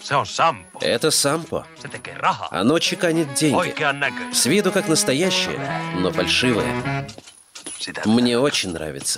Это сампо. Оно чеканит деньги. С виду как настоящее, но фальшивое. Мне очень нравится.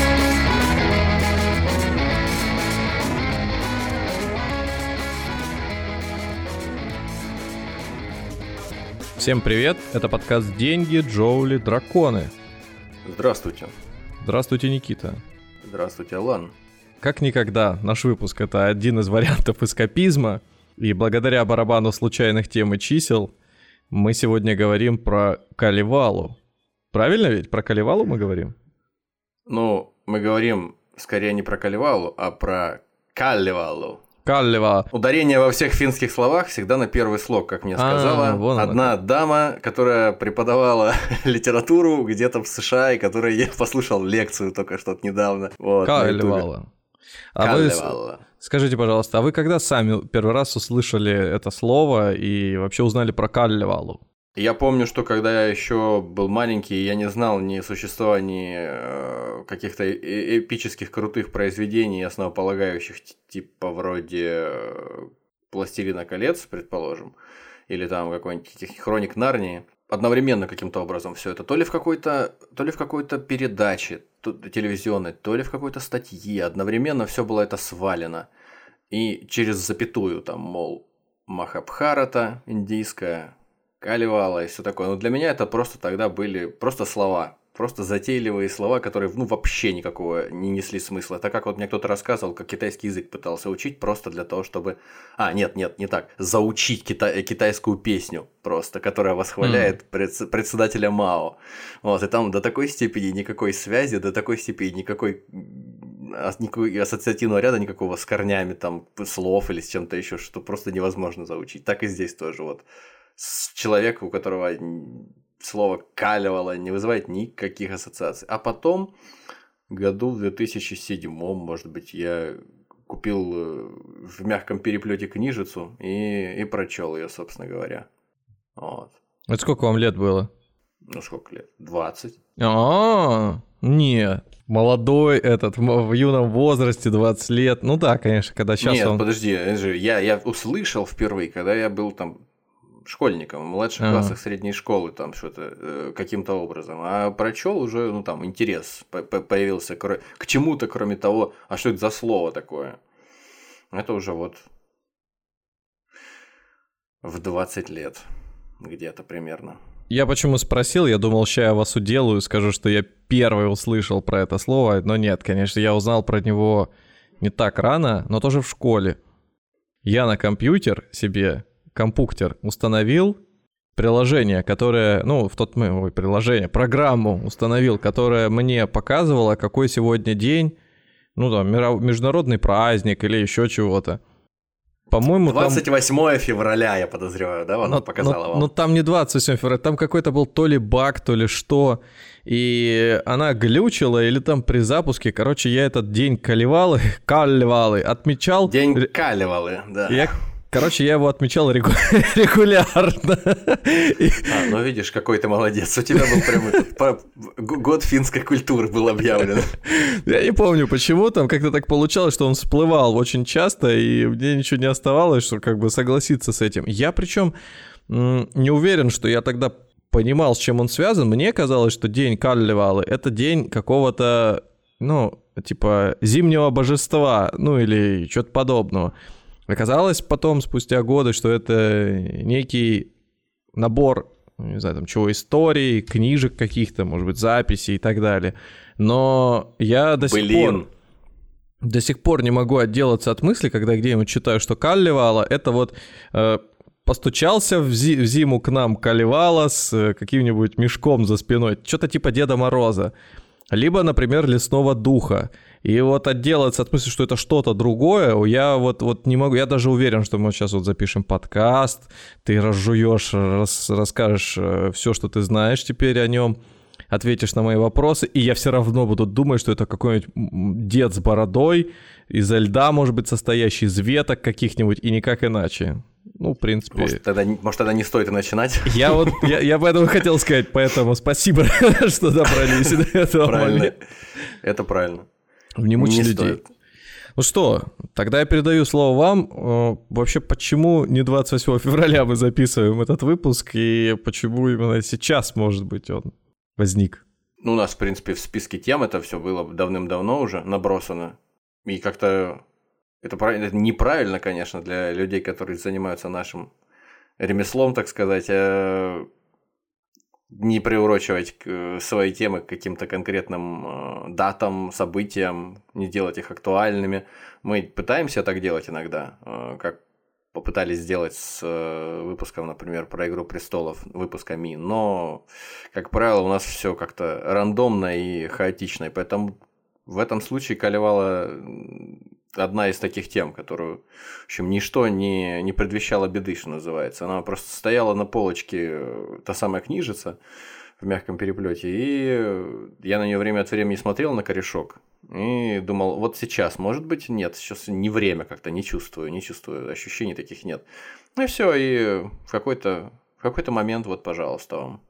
Всем привет, это подкаст «Деньги, Джоули, драконы». Здравствуйте. Здравствуйте, Никита. Здравствуйте, Алан. Как никогда, наш выпуск — это один из вариантов эскапизма, и благодаря барабану случайных тем и чисел мы сегодня говорим про Калевалу. Правильно ведь? Про Калевалу мы говорим? Ну, мы говорим скорее не про Калевалу, а про Калевалу. Калева. Ударение во всех финских словах всегда на первый слог, как мне сказала одна дама, которая преподавала литературу где-то в США, и которой я послушал лекцию только что недавно. Вот, Калевала. Вы скажите, пожалуйста, а вы когда сами первый раз услышали это слово и вообще узнали про Калевалу? Я помню, что когда я еще был маленький, я не знал ни существования каких-то эпических крутых произведений, основополагающих, типа вроде «Властелина колец», предположим, или там какой-нибудь «Хроник Нарнии». Одновременно каким-то образом все это, то ли в какой-то передаче телевизионной, то ли в какой-то статье, одновременно все было это свалено. И через запятую там, мол, Махабхарата индийская, Калевала и все такое. Но для меня это просто тогда были просто слова, просто затейливые слова, которые вообще никакого не несли смысла. Это как вот мне кто-то рассказывал, как китайский язык пытался учить просто для того, чтобы... Нет, не так. Заучить китайскую песню просто, которая восхваляет председателя Мао. Вот, и там до такой степени никакой связи, до такой степени никакой ассоциативного ряда никакого с корнями там слов или с чем-то еще, что просто невозможно заучить. Так и здесь тоже вот. Человек, у которого слово «калевала» не вызывает никаких ассоциаций. А потом, году в 2007, может быть, я купил в мягком переплете книжицу и прочел ее, собственно говоря. Вот. Это сколько вам лет было? Ну, сколько лет? 20. Нет. Молодой в юном возрасте, 20 лет. Ну да, конечно, когда сейчас Нет, подожди, я услышал впервые, когда я был там школьником, в младших классах средней школы, там что-то каким-то образом. А прочел уже, интерес появился к чему-то, кроме того, а что это за слово такое? Это уже вот в 20 лет где-то примерно. Я почему спросил, я думал, сейчас я вас уделаю, скажу, что я первый услышал про это слово, но нет, конечно, я узнал про него не так рано, но тоже в школе. Я на компьютер себе... компьютер установил приложение, которое, программу установил, которая мне показывала, какой сегодня день, международный праздник или еще чего-то. По-моему, 28 февраля, я подозреваю, да, она показала вам? Ну, там не 27 февраля, там какой-то был то ли баг, то ли что, и она глючила, или там при запуске, я этот день Калевалы отмечал. День Калевалы, да. Я его отмечал регулярно. Видишь, какой ты молодец. У тебя был прям год финской культуры был объявлен. Я не помню, почему там как-то так получалось, что он всплывал очень часто, и мне ничего не оставалось, что согласиться с этим. Я причем не уверен, что я тогда понимал, с чем он связан. Мне казалось, что день Калевалы — это день какого-то, зимнего божества, или что-то подобного. Оказалось потом, спустя годы, что это некий набор, историй, книжек каких-то, может быть, записей и так далее. Но я до сих пор не могу отделаться от мысли, когда где-нибудь читаю, что Калевала — это постучался в зиму к нам Калевала с каким-нибудь мешком за спиной, что-то типа Деда Мороза. Либо, например, лесного духа. И отделаться от мысли, что это что-то другое, я не могу. Я даже уверен, что мы сейчас запишем подкаст, ты разжуешь, расскажешь все, что ты знаешь теперь о нем, ответишь на мои вопросы, и я все равно буду думать, что это какой-нибудь дед с бородой, изо льда, может быть, состоящий из веток каких-нибудь, и никак иначе. В принципе... Может, тогда не стоит и начинать? Я поэтому хотел сказать, поэтому спасибо, что добрались до этого момента. Это правильно. Не мучить людей. Ну что, тогда я передаю слово вам. Вообще, почему не 28 февраля мы записываем этот выпуск, и почему именно сейчас, может быть, он возник? Ну, у нас, в принципе, в списке тем это все было давным-давно уже набросано. И как-то это неправильно, конечно, для людей, которые занимаются нашим ремеслом, так сказать, не приурочивать свои темы к каким-то конкретным датам, событиям, не делать их актуальными. Мы пытаемся так делать иногда, как попытались сделать с выпуском, например, про «Игру престолов», выпусками, но, как правило, у нас все как-то рандомно и хаотично, и поэтому в этом случае Калевала одна из таких тем, которую, в общем, ничто не предвещало беды, что называется. Она просто стояла на полочке, та самая книжица в мягком переплете, и я на нее время от времени смотрел на корешок и думал, вот сейчас, может быть, нет, сейчас не время как-то, не чувствую, ощущений таких нет. Ну и все, и в какой-то момент, вот, пожалуйста, вам.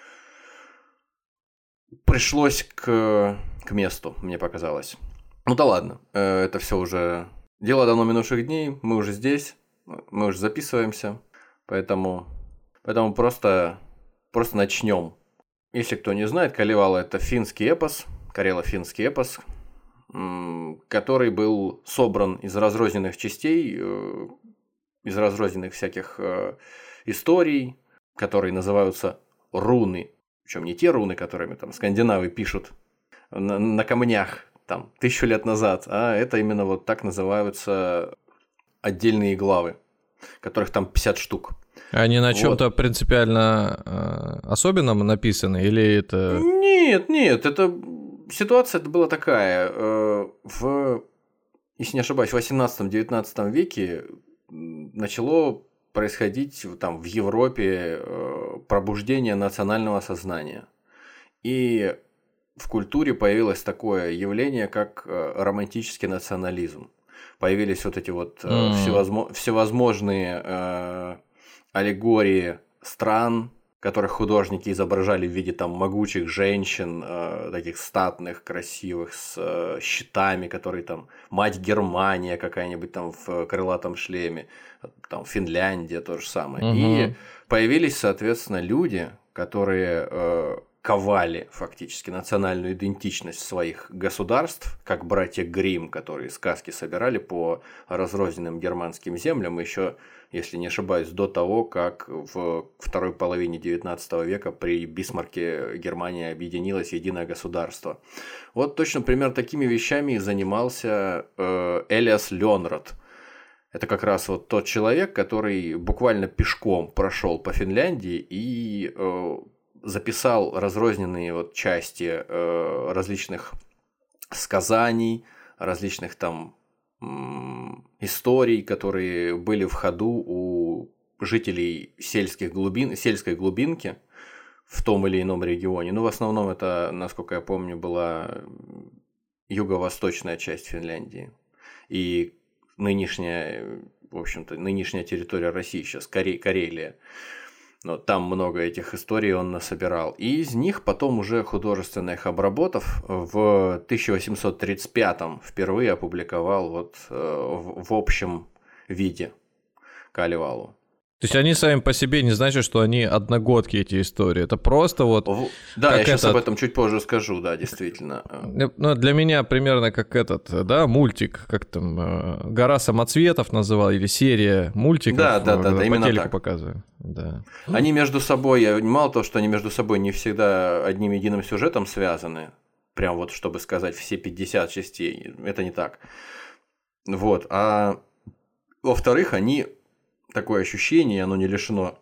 Пришлось к месту, мне показалось. Ну да ладно, это все уже дело давно минувших дней, мы уже здесь, мы уже записываемся, поэтому просто начнем. Если кто не знает, Калевала — это финский эпос, карело-финский эпос, который был собран из разрозненных частей, из разрозненных всяких историй, которые называются руны. Причем не те руны, которыми там скандинавы пишут на камнях там 1000 лет назад, а это именно вот так называются отдельные главы, которых там 50 штук. Они на чем-то принципиально особенном написаны, или это... Нет, это ситуация была такая. Если не ошибаюсь, в 18-19 веке начало происходить там в Европе пробуждение национального сознания. И в культуре появилось такое явление, как романтический национализм. Появились вот эти вот всевозможные аллегории стран, которых художники изображали в виде там могучих женщин, таких статных, красивых, с щитами, которые там мать Германия какая-нибудь там в крылатом шлеме, там Финляндия то же самое. И появились, соответственно, люди, которые ковали фактически национальную идентичность своих государств, как братья Гримм, которые сказки собирали по разрозненным германским землям, еще, если не ошибаюсь, до того, как в второй половине XIX века при Бисмарке Германия объединилась в единое государство. Вот точно, например, такими вещами занимался Элиас Лёнрот. Это как раз вот тот человек, который буквально пешком прошел по Финляндии и записал разрозненные вот части различных сказаний, различных там историй, которые были в ходу у жителей сельской глубинки в том или ином регионе. Ну, в основном это, насколько я помню, была юго-восточная часть Финляндии. И нынешняя территория России сейчас, Карелия. Но там много этих историй он насобирал. И из них потом уже художественно их обработав, в 1835-м впервые опубликовал вот в общем виде Калевалу. То есть они сами по себе не значат, что они одногодки, эти истории. Это просто вот... Да, я сейчас об этом чуть позже скажу, да, действительно. Ну, для меня примерно как да, мультик, как там, «Гора самоцветов» называл, или серия мультиков. Да, именно по телеку так. показываю. Да. Они между собой, мало того, что они между собой не всегда одним единым сюжетом связаны, прям вот, чтобы сказать, все 50 частей, это не так. Вот, а во-вторых, они... Такое ощущение, оно не лишено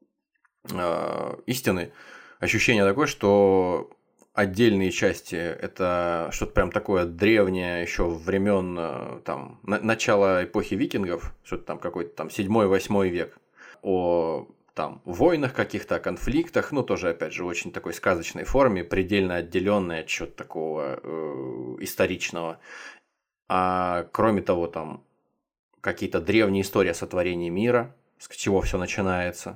истины. Ощущение такое, что отдельные части – это что-то прям такое древнее, еще времен там, начала эпохи викингов, что-то там какой-то там 7-8 век, о там, войнах каких-то, о конфликтах, ну, тоже, опять же, в очень такой сказочной форме, предельно отделенное от чего-то такого историчного. А кроме того, там, какие-то древние истории о сотворении мира, с чего все начинается.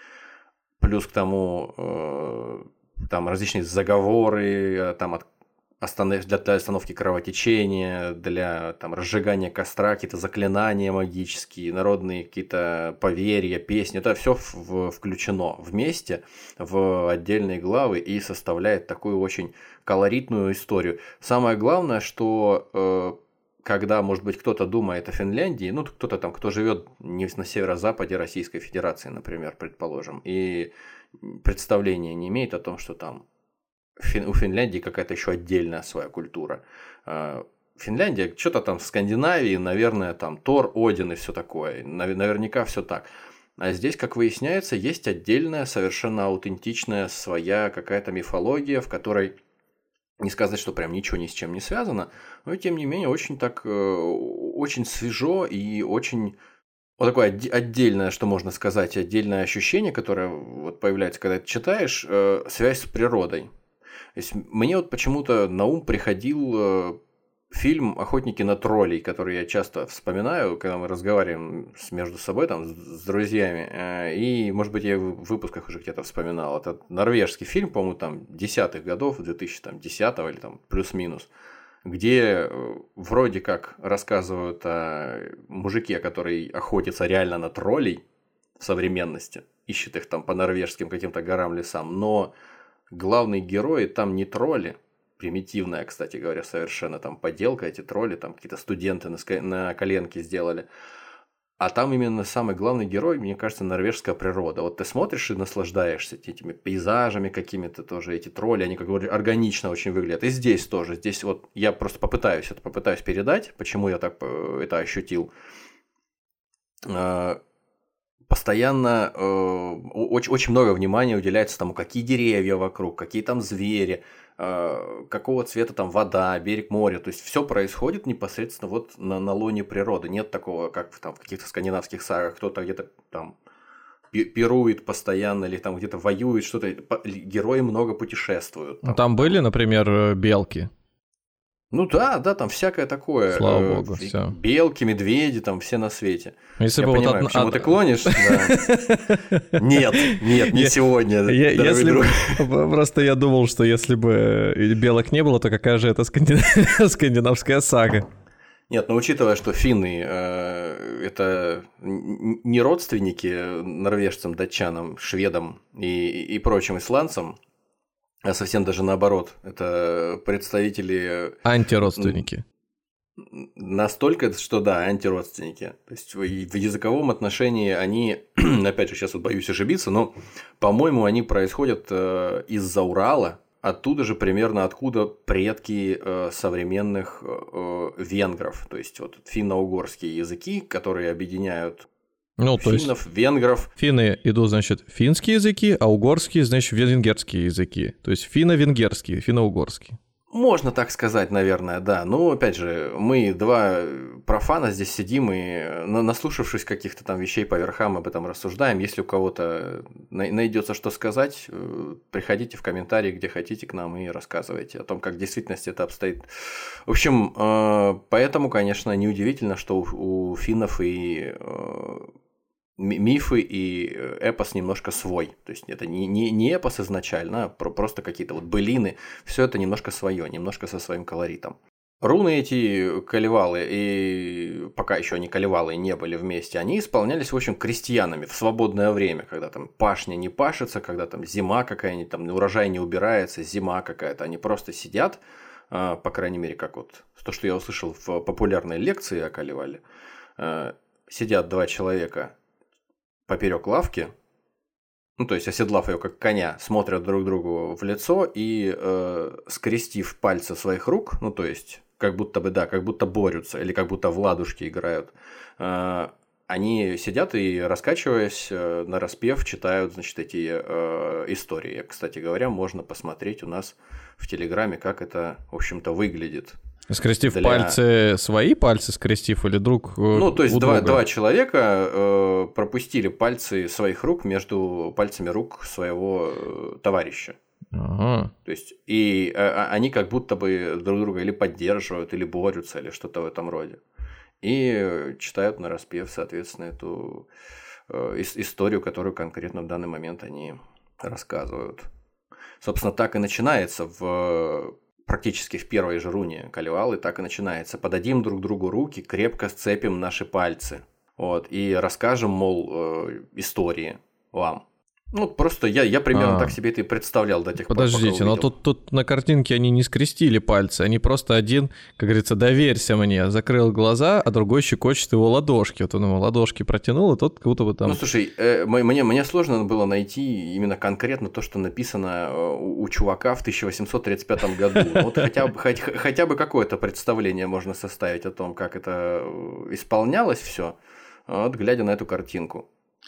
Плюс к тому там различные заговоры, там для остановки кровотечения, для там, разжигания костра, какие-то заклинания магические, народные какие-то поверья, песни. Это все включено вместе в отдельные главы и составляет такую очень колоритную историю. Самое главное, что когда, может быть, кто-то думает о Финляндии, ну, кто-то там, кто живет не на северо-западе Российской Федерации, например, предположим, и представления не имеет о том, что там у Финляндии какая-то еще отдельная своя культура. Финляндия, что-то там в Скандинавии, наверное, там Тор, Один и все такое. Наверняка все так. А здесь, как выясняется, есть отдельная, совершенно аутентичная своя какая-то мифология, в которой не сказать, что прям ничего ни с чем не связано, но тем не менее очень так, очень свежо и очень вот такое отдельное, что можно сказать, отдельное ощущение, которое вот появляется, когда ты читаешь, связь с природой. То есть мне вот почему-то на ум приходил фильм «Охотники на троллей», который я часто вспоминаю, когда мы разговариваем между собой там, с друзьями. И, может быть, я в выпусках уже где-то вспоминал. Это норвежский фильм, по-моему, там 10-х годов, 2010-го или там плюс-минус, где вроде как рассказывают о мужике, который охотится реально на троллей в современности, ищет их там по норвежским каким-то горам, лесам, но главные герои там не тролли. Примитивная, кстати говоря, совершенно там поделка, эти тролли, там какие-то студенты на коленке сделали. А там именно самый главный герой, мне кажется, норвежская природа. Вот ты смотришь и наслаждаешься этими пейзажами какими-то тоже, эти тролли, они как бы органично очень выглядят. И здесь тоже, здесь вот я просто попытаюсь передать, почему я так это ощутил. Постоянно очень много внимания уделяется тому, какие деревья вокруг, какие там звери, какого цвета там вода, берег моря. То есть все происходит непосредственно вот на лоне природы. Нет такого, как там, в каких-то скандинавских сагах, кто-то где-то там пирует постоянно или там где-то воюет, что-то. Герои много путешествуют. Там. Там были, например, белки. Ну да, там всякое такое. Слава богу, все. Белки, медведи, там все на свете. Если я бы понимаю, к чему ты клонишь. Нет, не сегодня, дорогой друг. Просто я думал, что если бы белок не было, то какая же это скандинавская сага? Нет, но учитывая, что финны это не родственники норвежцам, датчанам, шведам и прочим исландцам, а совсем даже наоборот, это представители... Антиродственники. Настолько, что да, антиродственники. То есть в языковом отношении они, опять же, сейчас вот боюсь ошибиться, но, по-моему, они происходят из-за Урала, оттуда же примерно откуда предки современных венгров. То есть вот финно-угорские языки, которые объединяют финнов, венгров. Финны идут, значит, финские языки, а угорские, значит, венгерские языки. То есть финно-венгерские, финно-угорские. Можно так сказать, наверное, да. Но, опять же, мы два профана здесь сидим и, наслушавшись каких-то там вещей по верхам, об этом рассуждаем. Если у кого-то найдется что сказать, приходите в комментарии, где хотите, к нам и рассказывайте о том, как в действительности это обстоит. В общем, поэтому, конечно, неудивительно, что у финнов и мифы и эпос немножко свой. То есть это не эпос изначально, а просто какие-то вот былины. Все это немножко свое, немножко со своим колоритом. Руны эти калевалы, и пока еще они калевалы не были вместе, они исполнялись, в общем, крестьянами в свободное время, когда там пашня не пашется, когда там зима какая-нибудь, там урожай не убирается, зима какая-то. Они просто сидят, по крайней мере, как вот то, что я услышал в популярной лекции о калевале. Сидят два человека поперек лавки, ну, то есть оседлав ее как коня, смотрят друг другу в лицо и, скрестив пальцы своих рук, ну, то есть, как будто бы, да, как будто борются или как будто в ладушки играют, они сидят и, раскачиваясь, нараспев, читают, значит, эти истории. Кстати говоря, можно посмотреть у нас в Телеграме, как это, в общем-то, выглядит. Скрестив пальцы, свои пальцы скрестив или друг Ну, то есть два человека пропустили пальцы своих рук между пальцами рук своего товарища. Ага. То есть, и они как будто бы друг друга или поддерживают, или борются, или что-то в этом роде. И читают нараспев, соответственно, эту историю, которую конкретно в данный момент они рассказывают. Собственно, так и начинается в практически в первой же руне Калевалы так и начинается. «Подадим друг другу руки, крепко сцепим наши пальцы». Вот, и расскажем, мол, истории вам. Ну, просто я примерно так себе это и представлял до тех пор, пока Подождите, но увидел. тут на картинке они не скрестили пальцы, они просто один, как говорится, доверься мне, закрыл глаза, а другой щекочет его ладошки. Вот он ему ладошки протянул, и тот как будто бы там... Ну, слушай, мне сложно было найти именно конкретно то, что написано у чувака в 1835 году. Вот хотя бы какое-то представление можно составить о том, как это исполнялось все, вот глядя на эту картинку.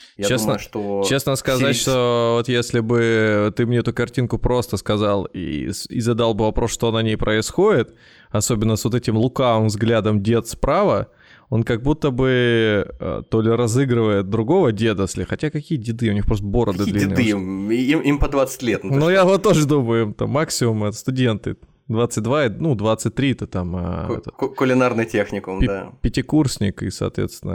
Честно сказать, что вот если бы ты мне эту картинку просто сказал и задал бы вопрос, что на ней происходит, особенно с вот этим лукавым взглядом дед справа, он как будто бы то ли разыгрывает другого деда, хотя какие деды, у них просто бороды длинные. Деды, им по 20 лет. Ну, я вот тоже думаю, там максимум это студенты. 22, 23-то там... Кулинарный техникум, да. Пятикурсник и, соответственно,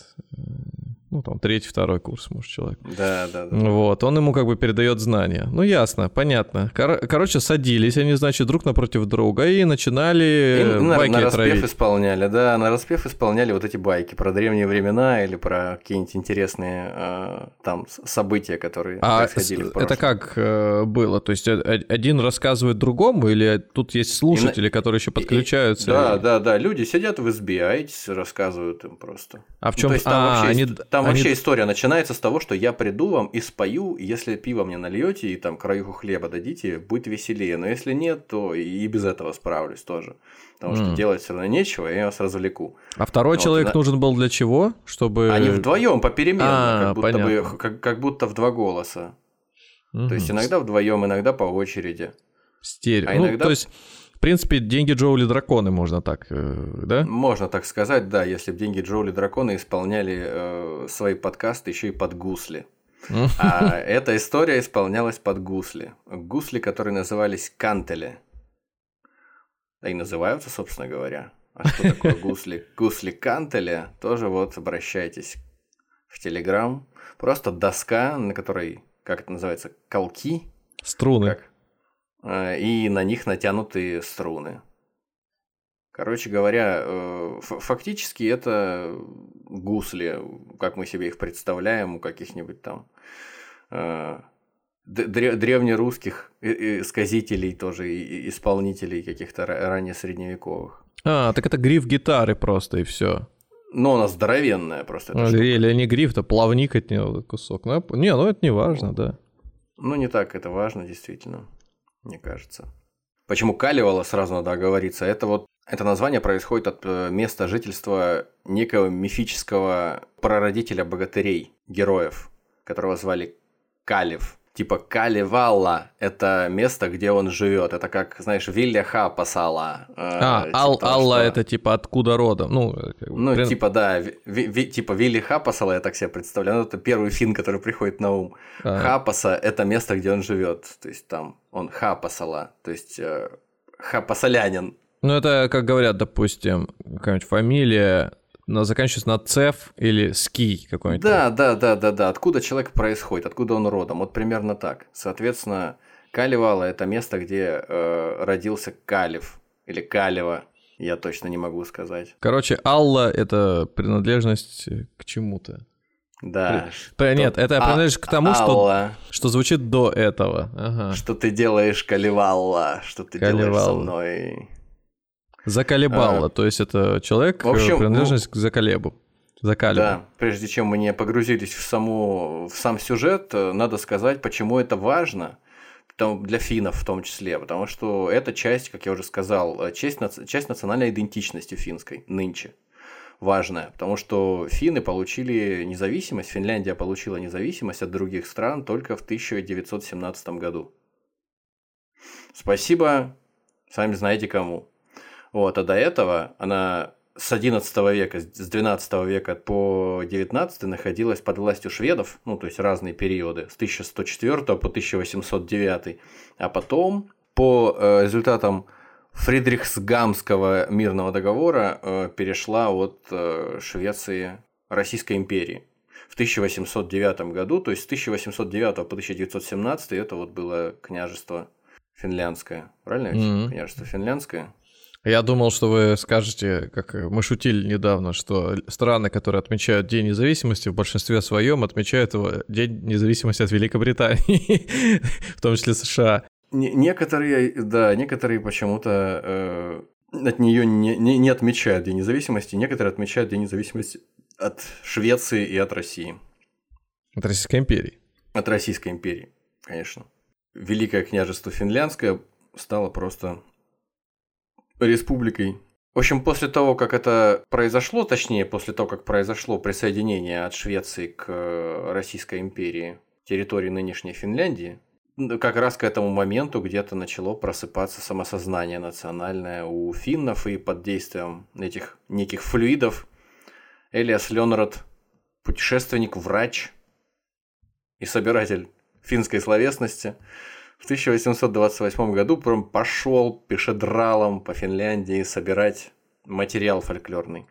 там 3-2 курс, может, человек. Да. Вот, он ему как бы передает знания. Ну, ясно, понятно. Короче, садились они, значит, друг напротив друга и начинали байки на травить. распев исполняли, да, на распев исполняли вот эти байки про древние времена или про какие-нибудь интересные там события, которые происходили в прошлом. Это как было? То есть один рассказывает другому или тут есть слушатели, которые еще подключаются? Да, люди сидят в избе, а эти рассказывают им просто. А в чем? Там вообще история начинается с того, что я приду вам и спою, если пиво мне нальете и там краюху хлеба дадите, будет веселее. Но если нет, то и без этого справлюсь тоже. Потому что делать все равно нечего, и я вас развлеку. А второй человек нужен был для чего? Чтобы... Они вдвоем попеременно, как будто в два голоса. То есть иногда вдвоем, иногда по очереди. Стерео. То есть... В принципе, деньги Джоули драконы, можно так, да? Можно так сказать, да, если бы деньги Джоули драконы исполняли свои подкасты еще и под гусли. А эта история исполнялась под гусли. Гусли, которые назывались кантели. Да и называются, собственно говоря. А что такое гусли? Гусли-кантели, тоже вот обращайтесь в Телеграм. Просто доска, на которой, как это называется, колки. Струны. И на них натянуты струны. Короче говоря, фактически это гусли, как мы себе их представляем у каких-нибудь там древнерусских сказителей, тоже исполнителей каких-то ранее средневековых. Так это гриф гитары просто, и все. Но она здоровенная просто. Или не гриф, то плавник от него кусок. Это не важно, да. Ну, не так это важно, действительно. Мне кажется. Почему Калевала, сразу надо оговориться, это название происходит от места жительства некого мифического прародителя богатырей, героев, которого звали Калев. Типа Калевала – это место, где он живет. Это как, знаешь, Вилля Хапасала. Алла – это типа откуда родом. Типа, да, типа Вилли Хапасала, я так себе представляю. Это первый финн, который приходит на ум. Хапаса – это место, где он живет. То есть там он Хапасала, то есть хапасалянин. Это, как говорят, допустим, какая-нибудь фамилия заканчивается на цеф или ски какой-нибудь. Да. Откуда человек происходит, откуда он родом. Вот примерно так. Соответственно, Калевала – это место, где родился Калев или Калева. Я точно не могу сказать. Короче, Алла – это принадлежность к чему-то. Да. Нет, это принадлежность к тому, что звучит до этого. Ага. Что ты делаешь, Калевала, что ты делаешь со мной. Заколебало, то есть это человек, принадлежность к Заколебу. Да, прежде чем мы не погрузились в сам сюжет, надо сказать, почему это важно для финнов в том числе, потому что это часть, как я уже сказал, часть национальной идентичности финской нынче. Важная, потому что финны получили независимость, Финляндия получила независимость от других стран только в 1917 году. Спасибо, сами знаете кому. А до этого она с 11 века, с 12 века по 19 находилась под властью шведов, то есть разные периоды, с 1104 по 1809, а потом по результатам Фридрихсгамского мирного договора перешла от Швеции Российской империи в 1809 году, то есть с 1809 по 1917 это было княжество финляндское. Правильно ведь? Княжество финляндское. Я думал, что вы скажете, как мы шутили недавно, что страны, которые отмечают День независимости, в большинстве своем отмечают его День независимости от Великобритании, в том числе США. Некоторые почему-то от нее не отмечают День независимости, некоторые отмечают День независимости от Швеции и от России. От Российской империи. От Российской империи, конечно. Великое княжество финляндское стало просто республикой. В общем, после того, как это произошло, точнее, после того, как произошло присоединение от Швеции к Российской империи территории нынешней Финляндии, как раз к этому моменту где-то начало просыпаться самосознание национальное у финнов, и под действием этих неких флюидов Элиас Лёнрот, путешественник, врач и собиратель финской словесности, в 1828 году пошел пешедралом по Финляндии собирать материал фольклорный.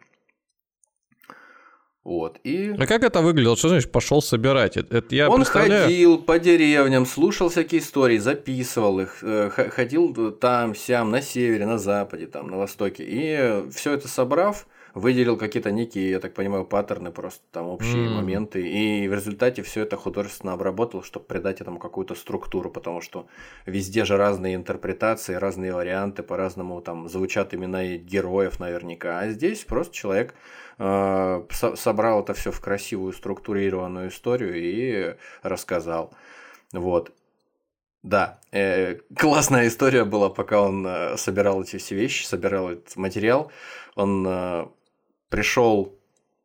Вот, и... А как это выглядело? Что значит пошел собирать? Это я Он представляю... ходил по деревням, слушал всякие истории, записывал их, ходил там, сям, на севере, на западе, там, на востоке. И все это собрав, выделил какие-то некие, я так понимаю, паттерны, просто там общие моменты. И в результате все это художественно обработал, чтобы придать этому какую-то структуру, потому что везде же разные интерпретации, разные варианты, по-разному там звучат имена и героев наверняка. А здесь просто человек собрал это все в красивую структурированную историю и рассказал. Вот. Да, классная история была, пока он собирал эти все вещи, собирал этот материал. Он пришел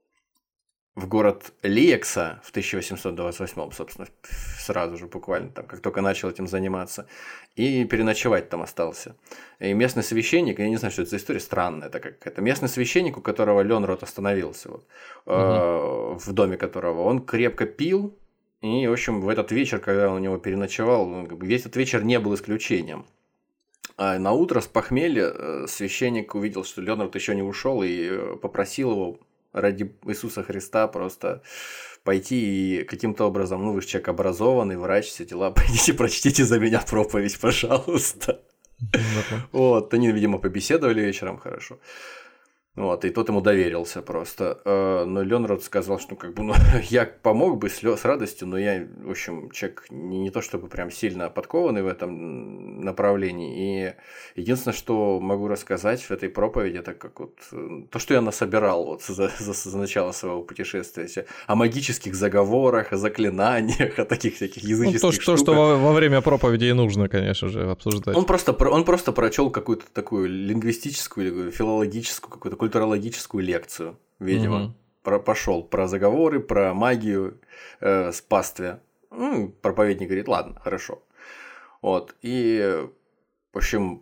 в город Лиекса в 1828, собственно, сразу же буквально, там, как только начал этим заниматься, и переночевать там остался. И местный священник, я не знаю, что это за история, странная такая какая-то, местный священник, у которого Лёнрот остановился, вот, в доме которого, он крепко пил, и, в общем, в этот вечер, когда он у него переночевал, весь этот вечер не был исключением. А на утро с похмелья священник увидел, что Лёнрот еще не ушел, и попросил его ради Иисуса Христа просто пойти и каким-то образом, ну вы же человек образованный, врач, все дела, пойдите, прочтите за меня проповедь, пожалуйста. Вот, они, видимо, побеседовали вечером хорошо. Вот, и тот ему доверился просто. Но Лёнрот сказал, что как бы, ну, я помог бы с радостью, но я, в общем, человек не то чтобы прям сильно подкованный в этом направлении. И единственное, что могу рассказать в этой проповеди, это как вот то, что я насобирал вот за начало своего путешествия. О магических заговорах, о заклинаниях, о таких всяких языческих штуках. То, что во время проповеди и нужно, конечно же, обсуждать. Он просто прочел какую-то такую лингвистическую или филологическую, какую-то культурологическую лекцию, видимо. Пошел про заговоры, про магию, спаствие. Проповедник говорит, ладно, хорошо. Вот. И, в общем,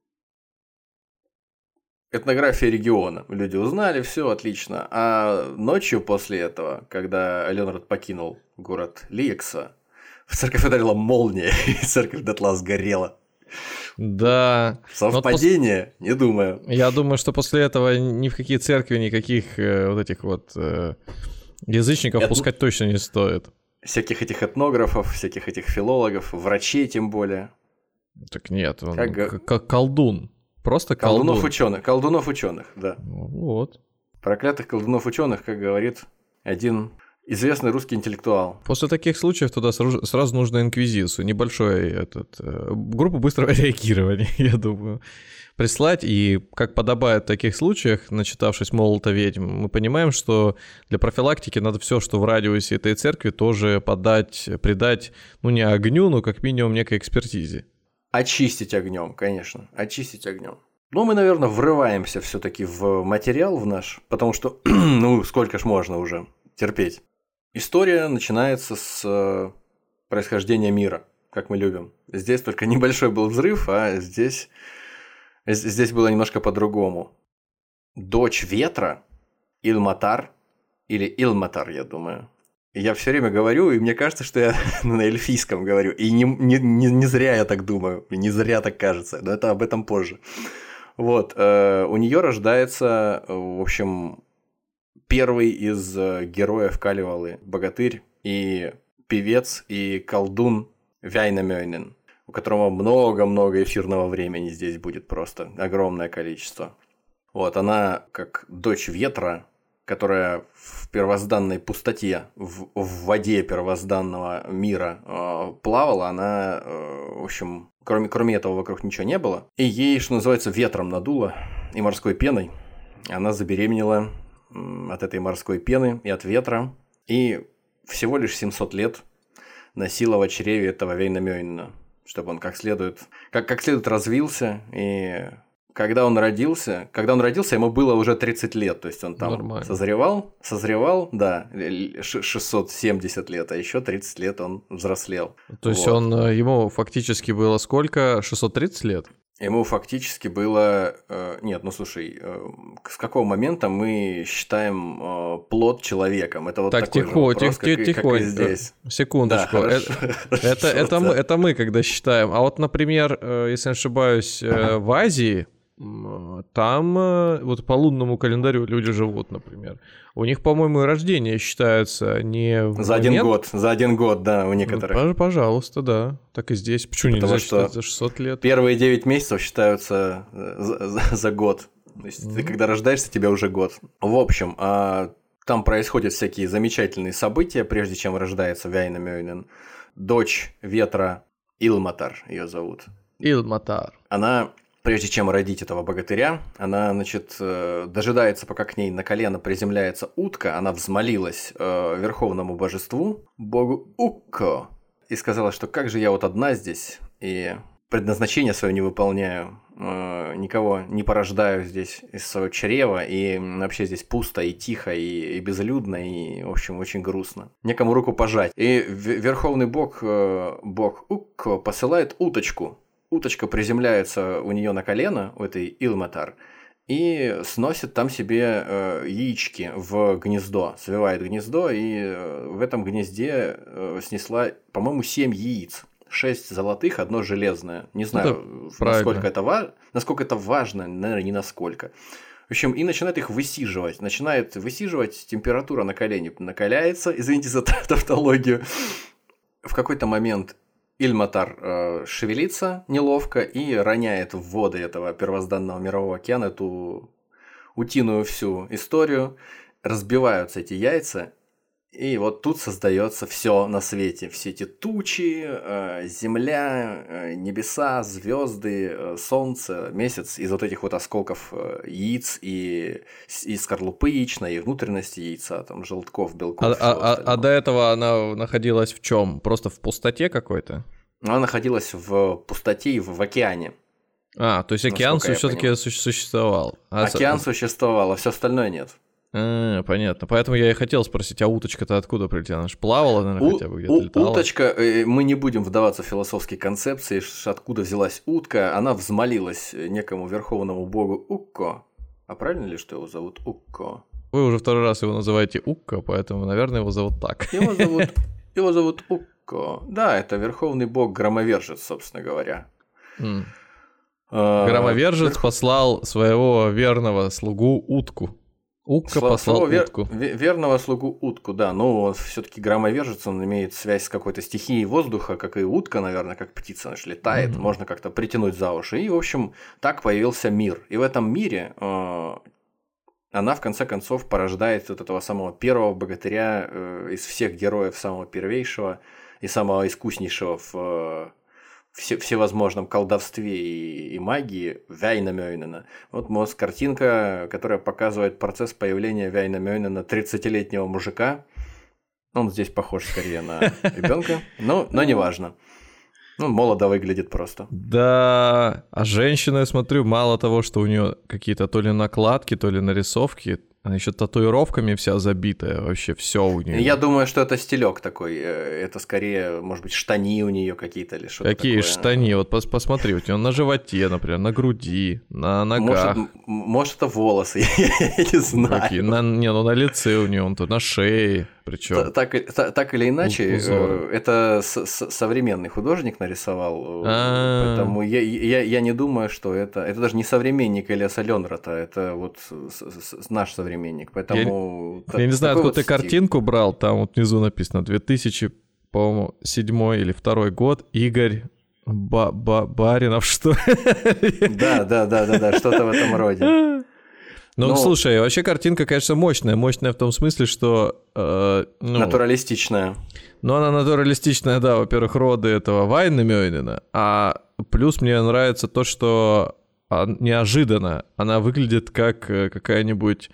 этнография региона. Люди узнали, все отлично. А ночью после этого, когда Лёнрот покинул город Лиекса, в церковь ударила молния, и церковь дотла сгорела. Да. Совпадение? Не думаю. Я думаю, что после этого ни в какие церкви, никаких вот этих вот язычников пускать точно не стоит. Всяких этих этнографов, всяких этих филологов, врачей тем более. Так нет, он как колдун. Просто колдун. Колдунов ученых, да. Вот. Проклятых колдунов ученых, как говорит один известный русский интеллектуал. После таких случаев туда сразу нужно инквизицию, небольшой группу быстрого реагирования, я думаю, прислать. И, как подобает в таких случаях, начитавшись «Молота ведьм», мы понимаем, что для профилактики надо все, что в радиусе этой церкви, тоже придать, ну, не огню, но как минимум некой экспертизе. Очистить огнем, конечно, очистить огнем. Но мы, наверное, врываемся все-таки в материал в наш, потому что, ну, сколько ж можно уже терпеть. История начинается с происхождения мира, как мы любим. Здесь только небольшой был взрыв, а здесь было немножко по-другому. Дочь ветра, Илматар, или Илматар, я думаю. Я все время говорю, и мне кажется, что я на эльфийском говорю. И не зря я так думаю, не зря так кажется, но это об этом позже. Вот, у нее рождается, в общем, первый из героев Калевалы, богатырь и певец, и колдун Вяйнамёйнен. у которого много-много эфирного времени здесь будет просто, огромное количество. Вот, она как дочь ветра, которая в первозданной пустоте, в воде первозданного мира плавала, она, в общем, кроме этого вокруг ничего не было. И ей, что называется, ветром надуло и морской пеной. Она забеременела от этой морской пены и от ветра. И всего лишь 700 лет носила в чреве этого Вейнамёйнена, чтобы он как следует развился. И когда он родился, ему было уже 30 лет, то есть он там созревал, да, 670 лет, а еще 30 лет он взрослел. То есть ему фактически было сколько? 630 лет? Ему фактически было... Нет, ну слушай, с какого момента мы считаем плод человеком? Это вот так, такой же вопрос, как и здесь. Секундочку. Да, это мы когда считаем. А вот, например, если не ошибаюсь, в Азии... Там вот по лунному календарю люди живут, например. У них, по-моему, и рождение считается не в за один год, да, у некоторых. Ну, пожалуйста, да. Так и здесь. Почему нельзя считать за 600 лет? Первые 9 месяцев считаются за год. То есть ты когда рождаешься, тебе уже год. В общем, там происходят всякие замечательные события, прежде чем рождается Вейнамёйнен. Дочь ветра Илматар, ее зовут. Илматар. Она... Прежде чем родить этого богатыря, она, значит, дожидается, пока к ней на колено приземляется утка. Она взмолилась верховному божеству, богу Укко, и сказала, что как же я вот одна здесь, и предназначение свое не выполняю, никого не порождаю здесь из своего чрева, и вообще здесь пусто, и тихо, и безлюдно, и, в общем, очень грустно. Некому руку пожать. И верховный бог Укко посылает уточку. Уточка приземляется у нее на колено, у этой Илматар, и сносит там себе яички в гнездо, свивает гнездо, и в этом гнезде снесла, по-моему, 7 яиц. 6 золотых, 1 железное. Не знаю, насколько это важно, наверное, не насколько. В общем, и начинает их высиживать. Температура на колене накаляется, извините за тавтологию. В какой-то момент Илматар шевелится неловко и роняет в воды этого первозданного мирового океана эту утиную всю историю. Разбиваются эти яйца, и вот тут создается все на свете. Все эти тучи, земля, небеса, звезды, солнце, месяц из вот этих вот осколков яиц и скорлупы яичной, и внутренности яйца, там, желтков, белков. А до этого она находилась в чем? Просто в пустоте какой-то? Она находилась в пустоте и в океане. То есть океан все-таки существовал. Океан существовал, а все остальное нет. Понятно. Поэтому я и хотел спросить, а уточка-то откуда прилетела? Она же плавала, наверное, хотя бы где-то летала. Уточка, мы не будем вдаваться в философские концепции, откуда взялась утка. Она взмолилась некому верховному богу Укко. А правильно ли, что его зовут Укко? Вы уже второй раз его называете Укко, поэтому, наверное, его зовут так. Его зовут Укко. Да, это верховный бог-громовержец, собственно говоря. Громовержец послал своего верного слугу утку. Укко послал утку. Верного слугу утку, да. Но все-таки громовержец, он имеет связь с какой-то стихией воздуха, как и утка, наверное, как птица, она же летает, можно как-то притянуть за уши. И, в общем, так появился мир. И в этом мире она, в конце концов, порождает вот этого самого первого богатыря из всех героев, самого первейшего и самого искуснейшего в всевозможном колдовстве и магии Вейнамёйнена. Вот картинка, которая показывает процесс появления Вейнамёйнена 30-летнего мужика. Он здесь похож скорее на ребенка, но неважно. Молодо выглядит просто. Да, а женщина, я смотрю, мало того, что у нее какие-то то ли накладки, то ли нарисовки, она еще татуировками вся забитая, вообще все у нее. Я думаю, что это стилек такой. Это скорее, может быть, штани у нее какие-то или что-то такое. Какие штани? Вот посмотри, у нее на животе, например, на груди, на ногах. Может это волосы, я не знаю. Какие? На лице у нее, на шее. Причем так или иначе, это современный художник нарисовал, поэтому я не думаю, что это даже не современник Элиаса Лёнрата, это вот наш современник, поэтому... Я не знаю, откуда ты картинку брал, там вот внизу написано 2007 или 2002 год, Игорь Баринов, что ли? Да, что-то в этом роде. Ну, слушай, вообще картинка, конечно, мощная. Мощная в том смысле, что... натуралистичная. Ну, она натуралистичная, да, во-первых, роды этого Вайнемёйнена, а плюс мне нравится то, что неожиданно она выглядит как какая-нибудь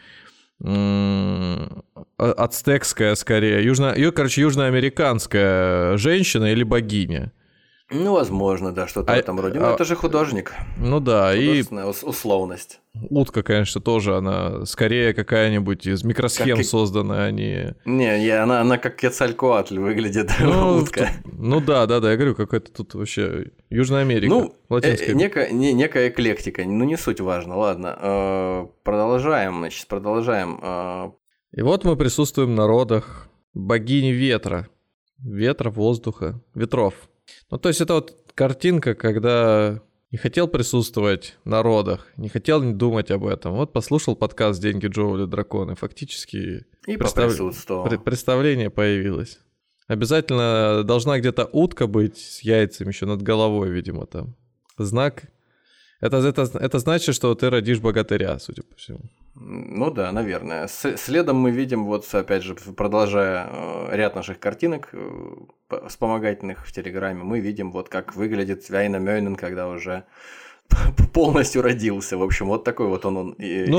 ацтекская, скорее, южноамериканская женщина или богиня. Ну, возможно, да, что-то в этом роде. Но это же художник. Ну да, и... условность. Утка, конечно, тоже, она скорее какая-нибудь из микросхем создана, а не... Не, она как Quetzalcoatl выглядит, утка. Ну да, я говорю, какая-то тут вообще Южная Америка, Латинская. Некая эклектика, ну не суть важно, ладно. Продолжаем. И вот мы присутствуем на родах богини ветра, воздуха, ветров. Ну, то есть это вот картинка, когда не хотел присутствовать на родах, не хотел думать об этом. Вот послушал подкаст «Деньги, Джоули, драконы». Фактически представление появилось. Обязательно должна где-то утка быть с яйцами еще над головой, видимо, там. Знак. Это значит, что ты родишь богатыря, судя по всему. Ну да, наверное. Следом мы видим, вот опять же, продолжая ряд наших картинок вспомогательных в Телеграме, мы видим, вот как выглядит Вайнемёйнен, когда уже полностью родился. В общем, вот такой вот он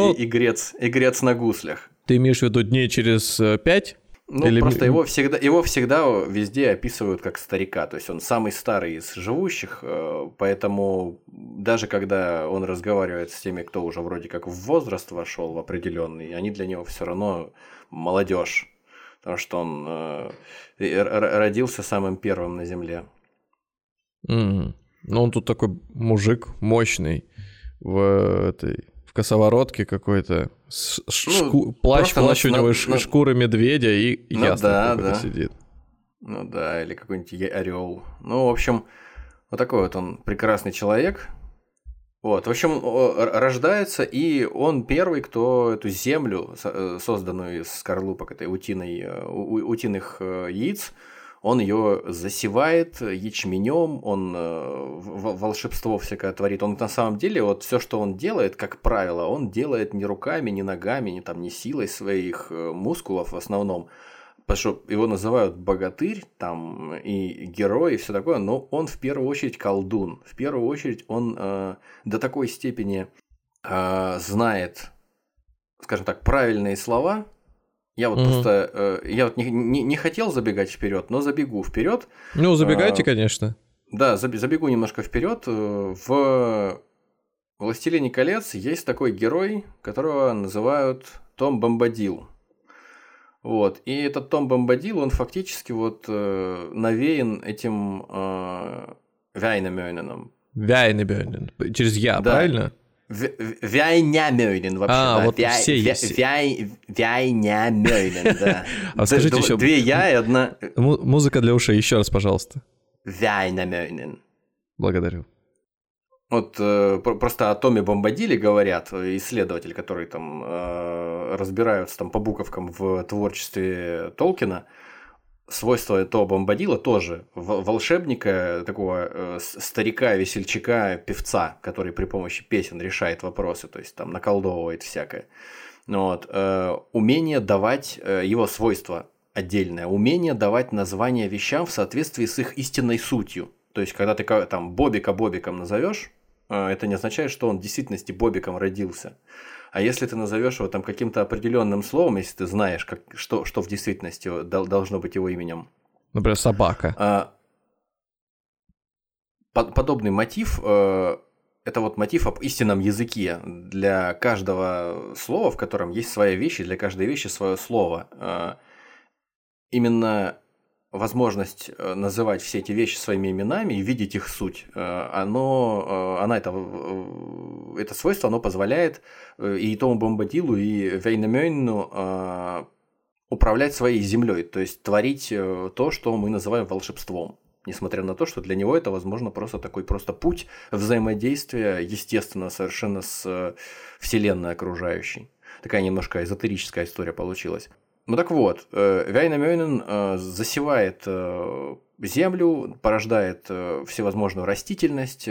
игрец на гуслях. Ты имеешь в виду дней через 5? Ну, просто его всегда везде описывают как старика, то есть он самый старый из живущих, поэтому даже когда он разговаривает с теми, кто уже вроде как в возраст вошел в определенный, они для него все равно молодежь, потому что он родился самым первым на земле. Ну, он тут такой мужик мощный в косоворотке какой-то, плащ у него шкуры медведя и ястреб какой-то сидит. Ну да, или какой-нибудь орел. Ну, в общем, вот такой вот он прекрасный человек. Вот, в общем, рождается, и он первый, кто эту землю, созданную из скорлупок этой утиных яиц, он ее засевает ячменем, он волшебство всякое творит. Он на самом деле, вот все, что он делает, как правило, он делает не руками, не ногами, не силой своих мускулов в основном. Потому что его называют богатырь, там, и герой, и все такое, но он в первую очередь колдун. В первую очередь он до такой степени знает, скажем так, правильные слова. Я вот просто не хотел забегать вперед, но забегу вперед. Ну, забегайте, конечно. Да, забегу немножко вперед. В «Властелине колец» есть такой герой, которого называют Том Бомбадил. Вот. И этот Том Бомбадил, он фактически вот навеян этим Вайнемёйненом. Вайнемёйнен. Через «я», да. Правильно? Вайнямёйнен вообще. Вот все есть. Вайнямёйнен, да. А скажите еще. 2 «я» и 1... Музыка для ушей, еще раз, пожалуйста. Вайнямёйнен. Благодарю. Вот просто о Томе Бомбадиле говорят исследователи, которые там разбираются там по буковкам в творчестве Толкина. Свойство Тома Бомбадила тоже волшебника, такого старика, весельчака, певца, который при помощи песен решает вопросы, то есть там наколдовывает всякое. Вот. Умение давать, его свойство отдельное, умение давать названия вещам в соответствии с их истинной сутью. То есть, когда ты там Бобика Бобиком назовешь, это не означает, что он в действительности Бобиком родился. А если ты назовешь его там каким-то определенным словом, если ты знаешь, что в действительности должно быть его именем. Например, собака. Подобный мотив это вот мотив об истинном языке. Для каждого слова, в котором есть своя вещь, и для каждой вещи свое слово. Именно возможность называть все эти вещи своими именами и видеть их суть, это свойство, оно позволяет и Тому Бомбадилу, и Вайнемёйнену управлять своей землей, то есть творить то, что мы называем волшебством. Несмотря на то, что для него это, возможно, просто путь взаимодействия, естественно, совершенно с Вселенной окружающей. Такая немножко эзотерическая история получилась. Ну так вот, Вяйнамёйнен засевает землю, порождает всевозможную растительность,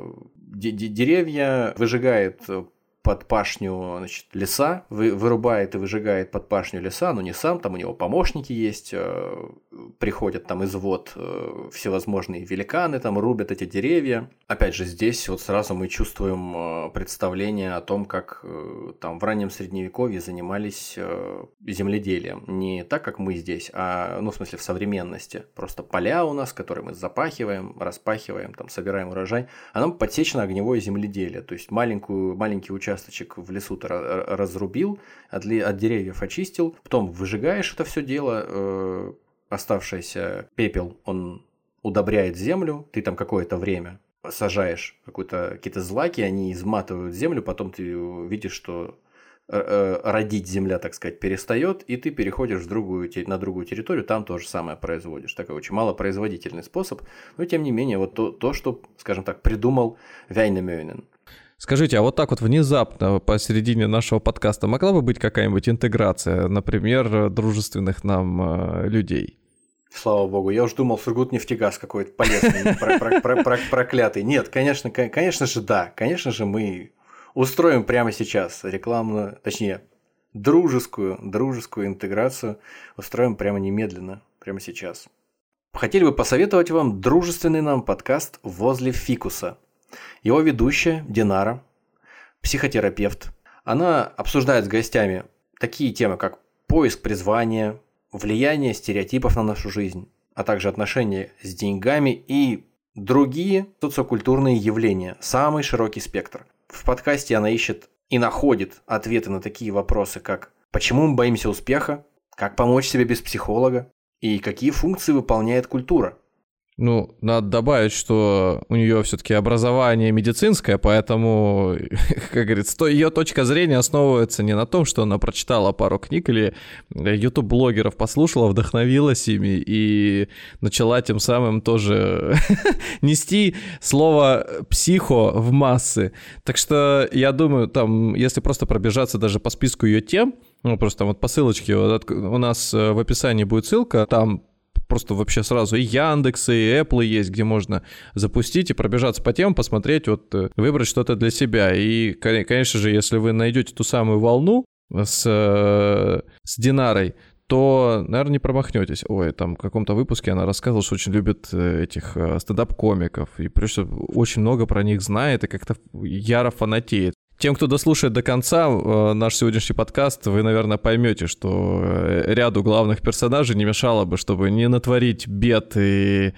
деревья, выжигает под пашню, значит, леса, вырубает и выжигает под пашню леса, но не сам, там у него помощники есть, приходят там из вод всевозможные великаны, там рубят эти деревья. Опять же, здесь вот сразу мы чувствуем представление о том, как там в раннем средневековье занимались земледелием. Не так, как мы здесь, а, ну, в смысле, в современности. Просто поля у нас, которые мы запахиваем, распахиваем, там, собираем урожай, а нам подсечено огневое земледелие, то есть маленький участочек в лесу ты разрубил, от деревьев очистил, потом выжигаешь это все дело, оставшийся пепел, он удобряет землю, ты там какое-то время сажаешь какие-то злаки, они изматывают землю, потом ты видишь, что родить земля, так сказать, перестает, и ты переходишь на другую территорию, там то же самое производишь. Такой очень малопроизводительный способ, но тем не менее вот то что, скажем так, придумал Вяйнамёйнен. Скажите, а вот так вот внезапно посередине нашего подкаста могла бы быть какая-нибудь интеграция, например, дружественных нам людей? Слава богу, я уж думал, Сургутнефтегаз какой-то полезный, проклятый. Нет, конечно же, да. Конечно же, мы устроим прямо сейчас рекламную, точнее, дружескую интеграцию устроим прямо немедленно, прямо сейчас. Хотели бы посоветовать вам дружественный нам подкаст «Возле фикуса». Его ведущая Динара, психотерапевт. Она обсуждает с гостями такие темы, как поиск призвания, влияние стереотипов на нашу жизнь, а также отношения с деньгами и другие социокультурные явления. Самый широкий спектр. В подкасте она ищет и находит ответы на такие вопросы, как почему мы боимся успеха, как помочь себе без психолога и какие функции выполняет культура. Ну, надо добавить, что у нее все-таки образование медицинское, поэтому, как говорится, ее точка зрения основывается не на том, что она прочитала пару книг или YouTube-блогеров послушала, вдохновилась ими и начала тем самым тоже нести слово «психо» в массы. Так что я думаю, там, если просто пробежаться даже по списку ее тем, ну, просто вот по ссылочке, вот у нас в описании будет ссылка, там просто вообще сразу и Яндекс, и Apple есть, где можно запустить и пробежаться по темам, посмотреть, вот выбрать что-то для себя. И, конечно же, если вы найдете ту самую волну с Динарой, то, наверное, не промахнетесь. Ой, там в каком-то выпуске она рассказывала, что очень любит этих стендап-комиков, и просто очень много про них знает и как-то яро фанатеет. Тем, кто дослушает до конца наш сегодняшний подкаст, вы, наверное, поймете, что ряду главных персонажей не мешало бы, чтобы не натворить бед и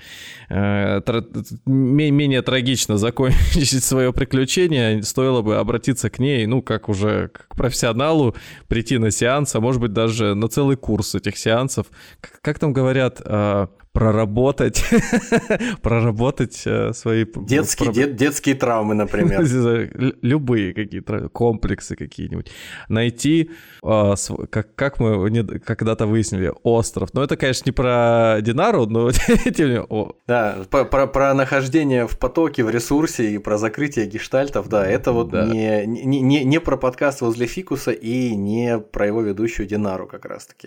менее трагично закончить свое приключение, стоило бы обратиться к ней, ну, как уже к профессионалу, прийти на сеанс, а может быть, даже на целый курс этих сеансов. Как там говорят... проработать свои... Детские травмы, например. Любые какие-то комплексы какие-нибудь. Найти, как мы когда-то выяснили, остров. Но это, конечно, не про Динару, но тем не менее... Да, про нахождение в потоке, в ресурсе и про закрытие гештальтов, да, это вот не про подкаст «Возле фикуса» и не про его ведущую Динару как раз-таки.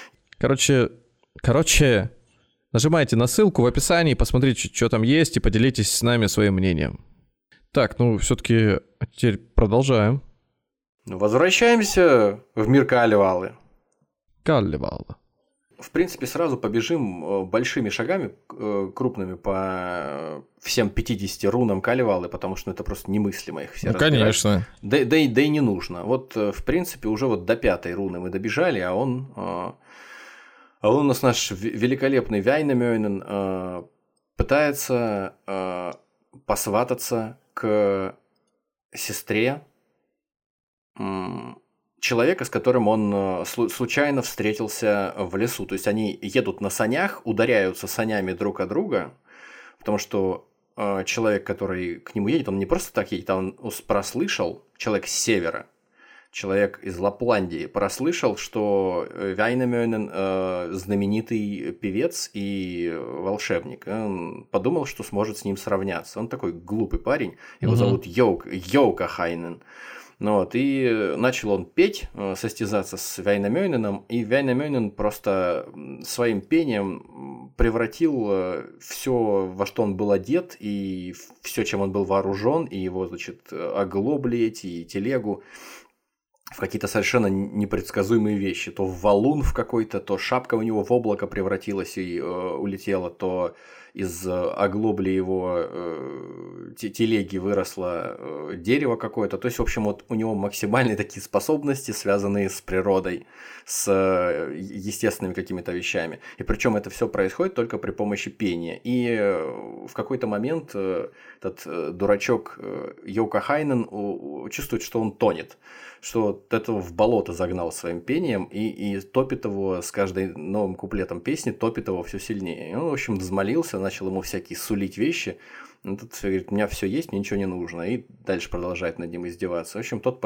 Короче, нажимайте на ссылку в описании, посмотрите, что там есть, и поделитесь с нами своим мнением. Так, ну, все-таки теперь продолжаем. Возвращаемся в мир Калевалы. Калевала. В принципе, сразу побежим большими шагами, крупными по всем 50 рунам Калевалы, потому что это просто немыслимо их все разбирать. Конечно. Да и не нужно. Вот, в принципе, уже вот до 5-й руны мы добежали, а он у нас наш великолепный Вяйнамёйнен пытается посвататься к сестре человека, с которым он случайно встретился в лесу. То есть они едут на санях, ударяются санями друг от друга, потому что человек, который к нему едет, он не просто так едет, а он прослышал, человек с севера, человек из Лапландии, прослышал, что Вяйнамёйнен знаменитый певец и волшебник. Он подумал, что сможет с ним сравняться. Он такой глупый парень, его зовут Йоукахайнен. И начал он петь, состязаться с Вайнамёйненом, и Вайнамёйнен просто своим пением превратил все, во что он был одет, и все, чем он был вооружен, и его, оглобли эти, и телегу, в какие-то совершенно непредсказуемые вещи. То в валун в какой-то, то шапка у него в облако превратилась и улетела, то из оглобли его телеги выросло дерево какое-то. То есть, в общем, вот у него максимальные такие способности, связанные с природой, с естественными какими-то вещами. И причем это все происходит только при помощи пения. И в какой-то момент этот дурачок Йоукахайнен чувствует, что он тонет, что вот этого в болото загнал своим пением и топит его с каждым новым куплетом песни, топит его все сильнее. И он, в общем, взмолился, начал ему всякие сулить вещи. Тот говорит, у меня все есть, мне ничего не нужно. И дальше продолжает над ним издеваться. В общем, тот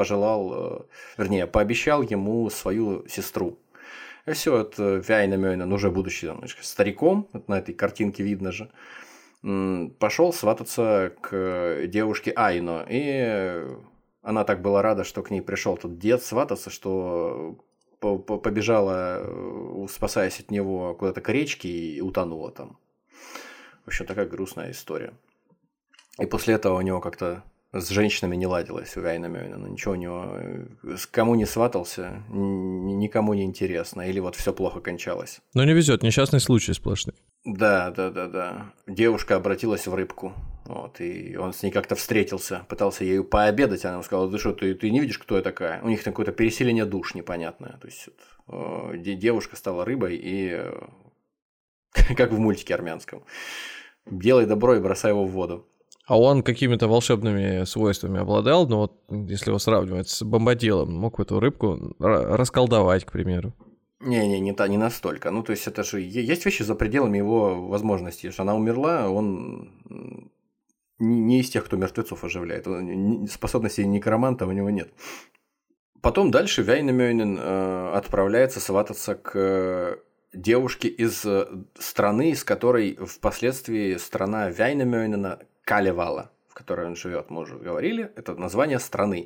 пообещал ему свою сестру. И все, это Вайнамёйнен, уже будучи стариком, вот на этой картинке видно же, пошел свататься к девушке Айно. И она так была рада, что к ней пришел тот дед свататься, что побежала, спасаясь от него, куда-то к речке и утонула там. В общем, такая грустная история. И после этого у него как-то с женщинами не ладилось у Вайнамёйнена. Ничего у него... Кому не сватался, никому не интересно. Или вот все плохо кончалось. Ну, не везет, несчастный случай сплошный. Да. Девушка обратилась в рыбку. И он с ней как-то встретился, пытался ею пообедать. Она ему сказала, ты что, ты не видишь, кто я такая? У них там какое-то переселение душ непонятное. То есть девушка стала рыбой и... как в мультике армянском. Делай добро и бросай его в воду. А он какими-то волшебными свойствами обладал, но вот если его сравнивать с Бомбадилом, мог эту рыбку расколдовать, к примеру. Не настолько. То есть это же есть вещи за пределами его возможностей. Если она умерла, он не из тех, кто мертвецов оживляет. Способностей некроманта у него нет. Потом дальше Вайнамёйнен отправляется свататься к девушке из страны, из которой впоследствии страна Вайнамёйнена Калевала, в которой он живет, мы уже говорили, это название страны.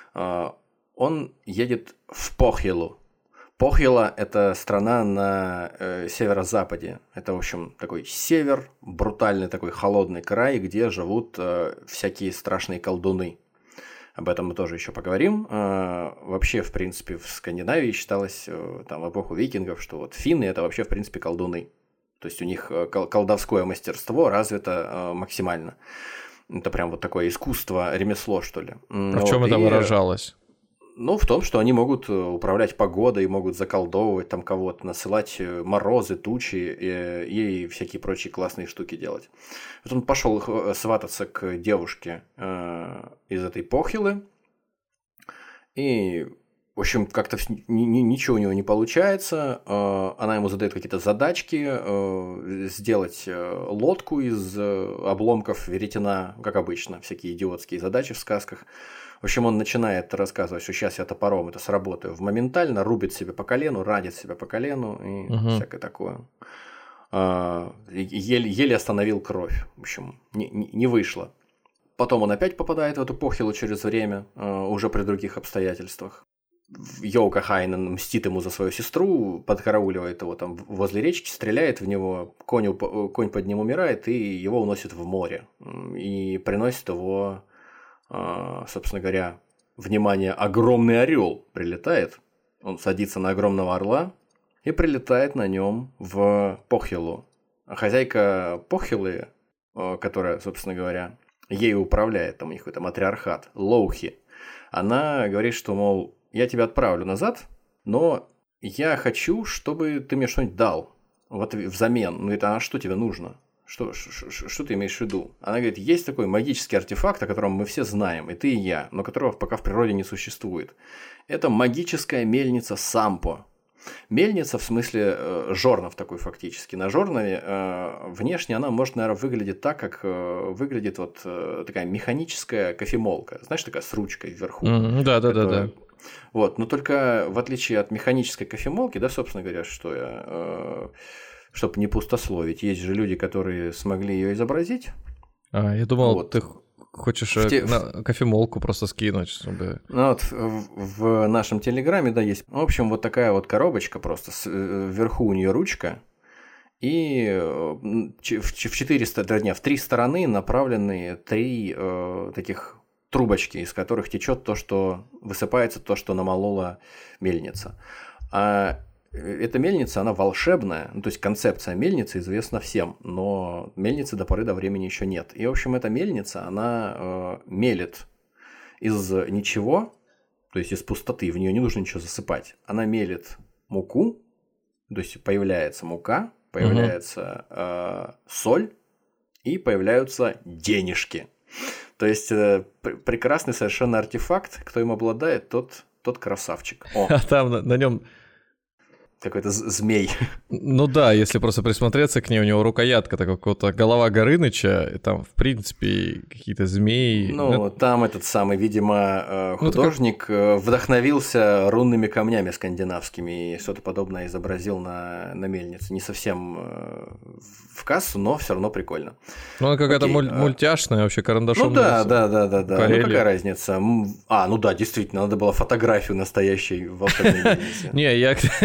Он едет в Похилу. Похила – это страна на северо-западе. Это, в общем, такой север, брутальный такой холодный край, где живут всякие страшные колдуны. Об этом мы тоже еще поговорим. Вообще, в принципе, в Скандинавии считалось там, в эпоху викингов, что вот финны – это вообще, в принципе, колдуны. То есть у них колдовское мастерство развито максимально. Это прям вот такое искусство, ремесло, что ли. А в чем это выражалось? В том, что они могут управлять погодой, могут заколдовывать там кого-то, насылать морозы, тучи и всякие прочие классные штуки делать. Вот он пошел свататься к девушке из этой Похилы, и, в общем, как-то ничего у него не получается. Она ему задает какие-то задачки, сделать лодку из обломков веретена, как обычно, всякие идиотские задачи в сказках. В общем, он начинает рассказывать, что сейчас я топором это сработаю. Моментально рубит себе по колену, ранит себя по колену и всякое такое. Еле остановил кровь. В общем, не вышло. Потом он опять попадает в эту Похилу через время, уже при других обстоятельствах. Йоукахайнен мстит ему за свою сестру, подкарауливает его там возле речки, стреляет в него, конь под ним умирает, и его уносит в море. И приносит его... собственно говоря, внимание, огромный орел прилетает. Он садится на огромного орла и прилетает на нем в Похилу. А хозяйка Похилы, которая, собственно говоря, ею управляет, там у них какой-то матриархат, Лоухи, она говорит, что, мол, я тебя отправлю назад, но я хочу, чтобы ты мне что-нибудь дал вот взамен. А что тебе нужно? Что ты имеешь в виду? Она говорит, есть такой магический артефакт, о котором мы все знаем, и ты, и я, но которого пока в природе не существует. Это магическая мельница Сампо. Мельница в смысле жорнов такой фактически. На жорнове внешне она может, наверное, выглядеть так, как выглядит вот такая механическая кофемолка. Знаешь, такая с ручкой вверху. Да. Вот, но только в отличие от механической кофемолки, да, собственно говоря, что я... чтобы не пустословить. Есть же люди, которые смогли ее изобразить. Я думал, вот. Ты хочешь на кофемолку просто скинуть, чтобы... Ну вот в нашем Телеграме, да, есть. В общем, вот такая вот коробочка просто, вверху у нее ручка, и в 3 стороны направлены 3 таких трубочки, из которых течет то, что высыпается, то, что намолола мельница. А эта мельница, она волшебная, ну, то есть концепция мельницы известна всем, но мельницы до поры до времени еще нет. И, в общем, эта мельница, она мелит из ничего, то есть из пустоты, в нее не нужно ничего засыпать. Она мелит муку, то есть появляется мука, появляется соль и появляются денежки. То есть прекрасный совершенно артефакт, кто им обладает, тот красавчик. А там на нем какой-то змей. Ну да, если просто присмотреться к ней, у него рукоятка такая, какого-то голова Горыныча, и там, в принципе, какие-то змеи. Ну, там этот самый, видимо, художник вдохновился рунными камнями скандинавскими и что-то подобное изобразил на мельнице. Не совсем в кассу, но все равно прикольно. Ну, она какая-то мультяшная, вообще карандашом. Ну да. Ну, какая разница? Ну да, действительно, надо было фотографию настоящей волшебной мельницы. Не,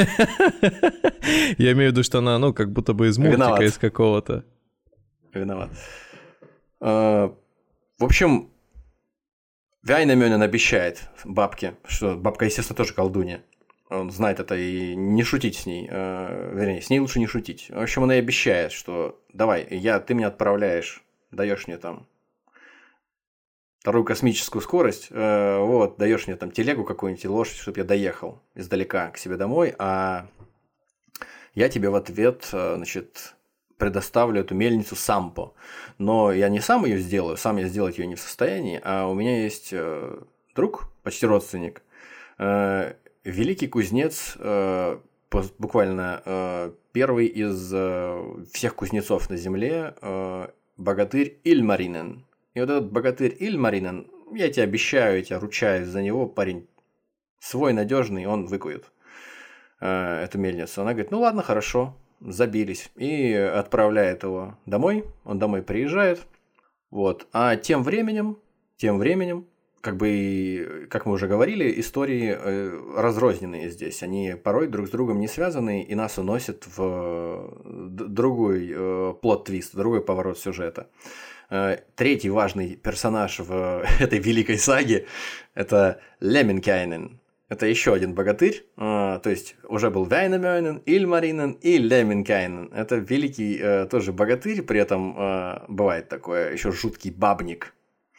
я имею в виду, что она, ну, как будто бы из мультика, из какого-то. Виноват. В общем, Вайнамёнен обещает бабке, что бабка, естественно, тоже колдунья. Он знает это, и не шутить с ней. Вернее, с ней лучше не шутить. В общем, она и обещает, что давай, ты меня отправляешь, даешь мне там вторую космическую скорость, вот, даешь мне там телегу какую-нибудь, лошадь, чтобы я доехал издалека к себе домой, а я тебе в ответ, значит, предоставлю эту мельницу Сампо. Но я не сам ее сделаю, сам я сделать ее не в состоянии, а у меня есть друг, почти родственник, великий кузнец, буквально первый из всех кузнецов на земле, богатырь Ильмаринен. И вот этот богатырь Ильмаринен, я тебе обещаю, я тебе ручаюсь за него, парень свой надежный, он выкует эту мельницу. Она говорит, ну ладно, хорошо, забились. И отправляет его домой, он домой приезжает. Вот. А тем временем, как бы, как мы уже говорили, истории разрозненные здесь. Они порой друг с другом не связаны, и нас уносят в другой плот-твист, другой поворот сюжета. Третий важный персонаж в этой великой саге – это Лемминкайнен. Это еще один богатырь, то есть уже был Вайнамёнен, Ильмаринен и Лемминкайнен. Это великий тоже богатырь, при этом бывает такое еще жуткий бабник.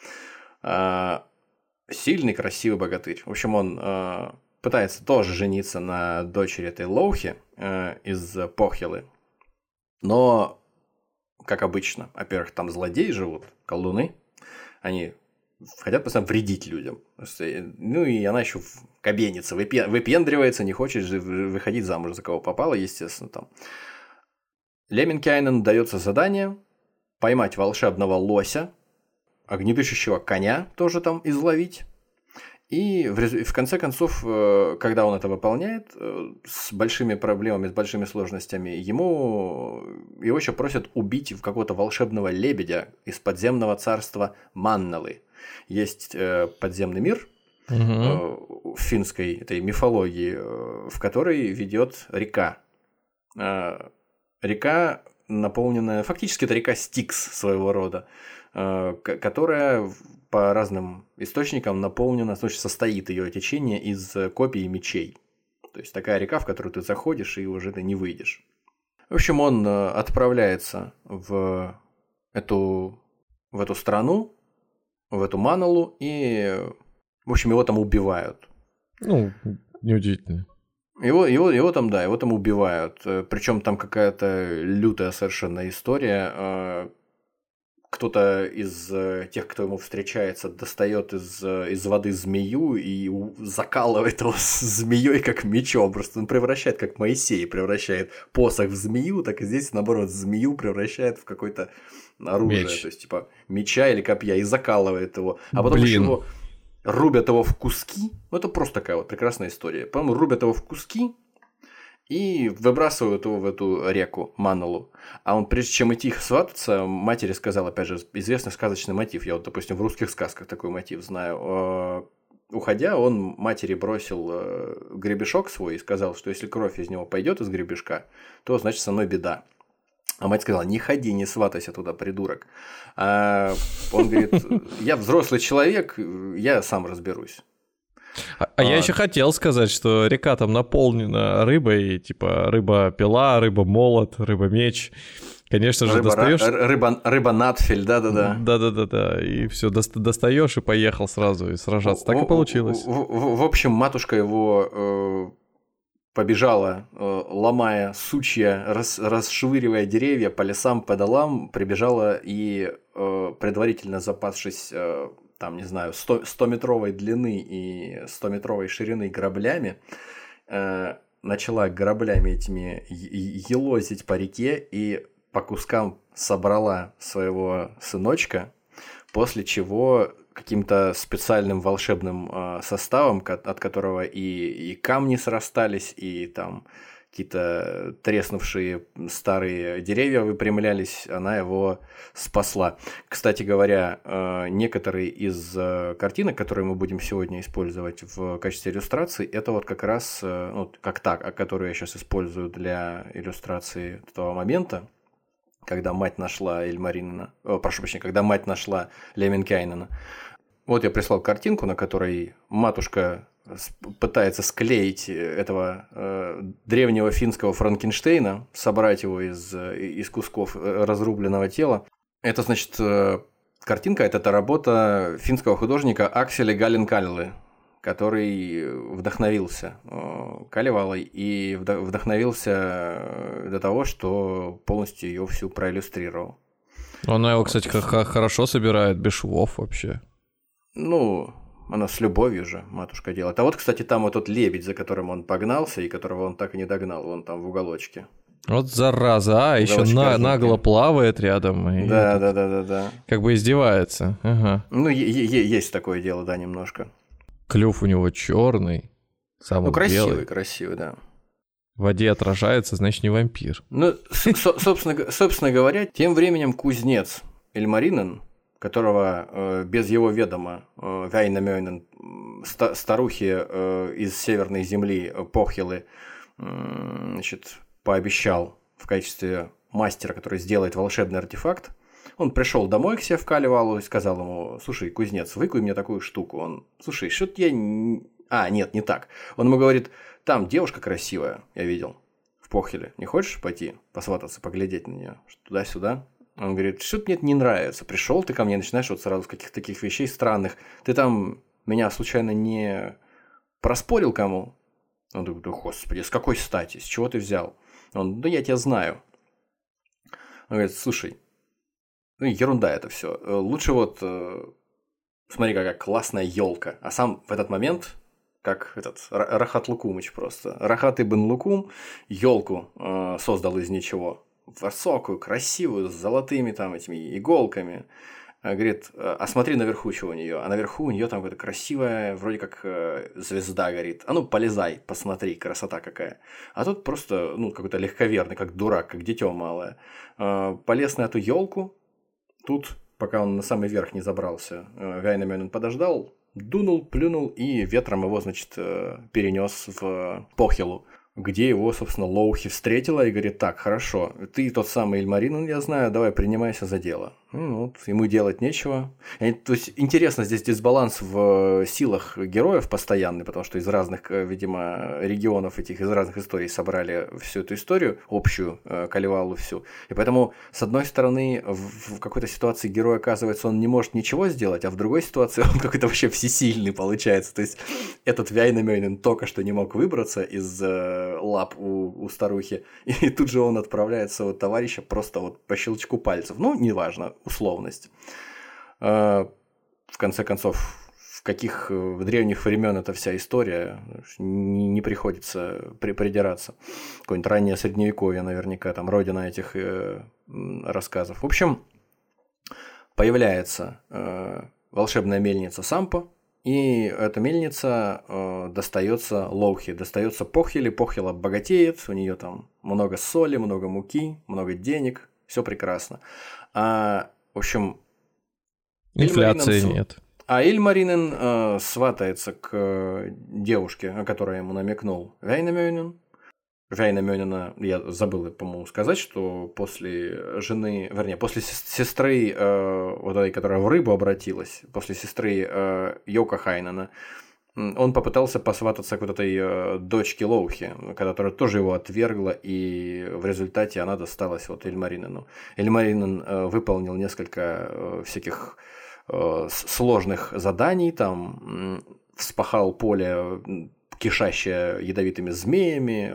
Сильный, красивый богатырь. В общем, он пытается тоже жениться на дочери этой Лоухи из Похелы. Но, как обычно, во-первых, там злодеи живут, колдуны. Они хотят постоянно вредить людям. Ну и она еще кабенится, выпендривается, не хочет выходить замуж за кого попало, естественно. Там. Лемминкайнен дается задание поймать волшебного лося, огнедышащего коня тоже там изловить. И в конце концов, когда он это выполняет, с большими проблемами, с большими сложностями, его еще просят убить какого-то волшебного лебедя из подземного царства Манналы. Есть подземный мир в финской этой мифологии, в которой ведет река. Река, наполненная... Фактически это река Стикс своего рода, которая по разным источникам наполнена, значит, состоит ее течение из копий и мечей. То есть такая река, в которую ты заходишь и уже ты не выйдешь. В общем, он отправляется в эту страну, в эту Маналу, и, в общем, его там убивают. Ну, неудивительно. Его там убивают. Причем там какая-то лютая совершенно история. Кто-то из тех, кто ему встречается, достает из воды змею и закалывает его змеей как мечом. Просто он превращает, как Моисей превращает посох в змею, так и здесь, наоборот, змею превращает в какое-то оружие. Меч. То есть, типа, меча или копья, и закалывает его. А потом его рубят его в куски. Ну, это просто такая вот прекрасная история. Потом рубят его в куски и выбрасывают его в эту реку Маналу. А он, прежде чем идти их свататься, матери сказал, опять же, известный сказочный мотив. Я вот, допустим, в русских сказках такой мотив знаю. Уходя, он матери бросил гребешок свой и сказал, что если кровь из него пойдет из гребешка, то значит со мной беда. А мать сказала, не ходи, не сватайся туда, придурок. А он говорит, я взрослый человек, я сам разберусь. Я еще хотел сказать, что река там наполнена рыбой, типа рыба-пила, рыба-молот, рыба-меч. Конечно же, достаешь... Рыба-надфель, да-да-да. Да-да-да, и все, достаешь и поехал сразу и сражаться. Так и получилось. В общем, матушка его побежала, ломая сучья, расшвыривая деревья по лесам, по долам, прибежала и, предварительно запасшись, там, не знаю, 100-метровой длины и 100-метровой ширины граблями, начала граблями этими елозить по реке и по кускам собрала своего сыночка, после чего каким-то специальным волшебным составом, от которого и камни срастались, и там какие-то треснувшие старые деревья выпрямлялись, она его спасла. Кстати говоря, некоторые из картинок, которые мы будем сегодня использовать в качестве иллюстраций, это вот как раз, ну, как та, которую я сейчас использую для иллюстрации этого момента, когда мать нашла Ильмаринена, когда мать нашла Леменкайнена. Вот я прислал картинку, на которой матушка пытается склеить этого древнего финского Франкенштейна, собрать его из кусков разрубленного тела. Это, значит, картинка, это работа финского художника Акселя Галин-Каллы, который вдохновился Калевалой и вдохновился до того, что полностью ее всю проиллюстрировал. Она его, кстати, хорошо собирает, без швов вообще. Ну, она с любовью же, матушка, делает. А вот, кстати, там вот тот лебедь, за которым он погнался и которого он так и не догнал, вон там в уголочке. Вот зараза, еще нагло плавает рядом. И да. Как бы издевается. Ага. Ну, есть такое дело, да, немножко. Клюв у него черный, сам он белый. Красивый, да. В воде отражается, значит, не вампир. Ну, собственно говоря, тем временем кузнец Ильмаринен, которого без его ведома Вяйнамёйнен, старухи из северной земли Похилы, значит, пообещал в качестве мастера, который сделает волшебный артефакт. Он пришел домой к себе в Калевалу и сказал ему: слушай, кузнец, выкуй мне такую штуку. Он: слушай, что-то я... нет, не так. Он ему говорит: там девушка красивая, я видел, в Похиле. Не хочешь пойти посвататься, поглядеть на нее? Туда-сюда. Он говорит: что-то мне это не нравится. Пришел ты ко мне, начинаешь вот сразу с каких-то таких вещей странных. Ты там меня случайно не проспорил кому? Он говорит: да господи, с какой стати? С чего ты взял? Он: да я тебя знаю. Он говорит: слушай, ну ерунда это все. Лучше вот смотри, какая классная елка. А сам в этот момент, как этот Рахат Лукумыч просто. Рахат ибн Лукум елку создал из ничего. Высокую, красивую, с золотыми там этими иголками. Говорит: а смотри наверху, что у нее. А наверху у нее там какая-то красивая, вроде как звезда горит. А ну полезай, посмотри, красота какая. А тут просто, ну, какой-то легковерный, как дурак, как дитё малое. Полез на эту елку. Тут, пока он на самый верх не забрался, Вяйнамёйнен подождал, дунул, плюнул и ветром его, значит, перенес в Похилу, где его, собственно, Лоухи встретила и говорит: так, хорошо, ты тот самый Ильмаринен, я знаю, давай принимайся за дело. Ну, вот, ему делать нечего. То есть, интересно, здесь дисбаланс в силах героев постоянный, потому что из разных, видимо, регионов этих, из разных историй собрали всю эту историю, общую, Калевалу всю. И поэтому, с одной стороны, в какой-то ситуации герой, оказывается, он не может ничего сделать, а в другой ситуации он какой-то вообще всесильный получается. То есть, этот Вяйнамёйнен только что не мог выбраться из лап у старухи, и тут же он отправляет своего товарища просто вот по щелчку пальцев. Ну, неважно, условность. В конце концов, в каких древних времен эта вся история, не приходится придираться. Какое-нибудь раннее средневековье, наверняка, там родина этих рассказов. В общем, появляется волшебная мельница Сампо, и эта мельница достается Лоухи, достается Похьеле. Похьела богатеет, у нее там много соли, много муки, много денег, все прекрасно. В общем... Инфляции нет. А Ильмаринен сватается к девушке, о которой я ему намекнул, Вейнамёнен. Вейнамёнена, я забыл, по-моему, сказать, что после жены, вернее, после сестры, вот этой, которая в рыбу обратилась, после сестры Йока Хайнена, он попытался посвататься к вот этой дочке Лоухи, которая тоже его отвергла, и в результате она досталась вот Ильмаринену. Ильмаринен выполнил несколько всяких сложных заданий, там вспахал поле, кишащее ядовитыми змеями,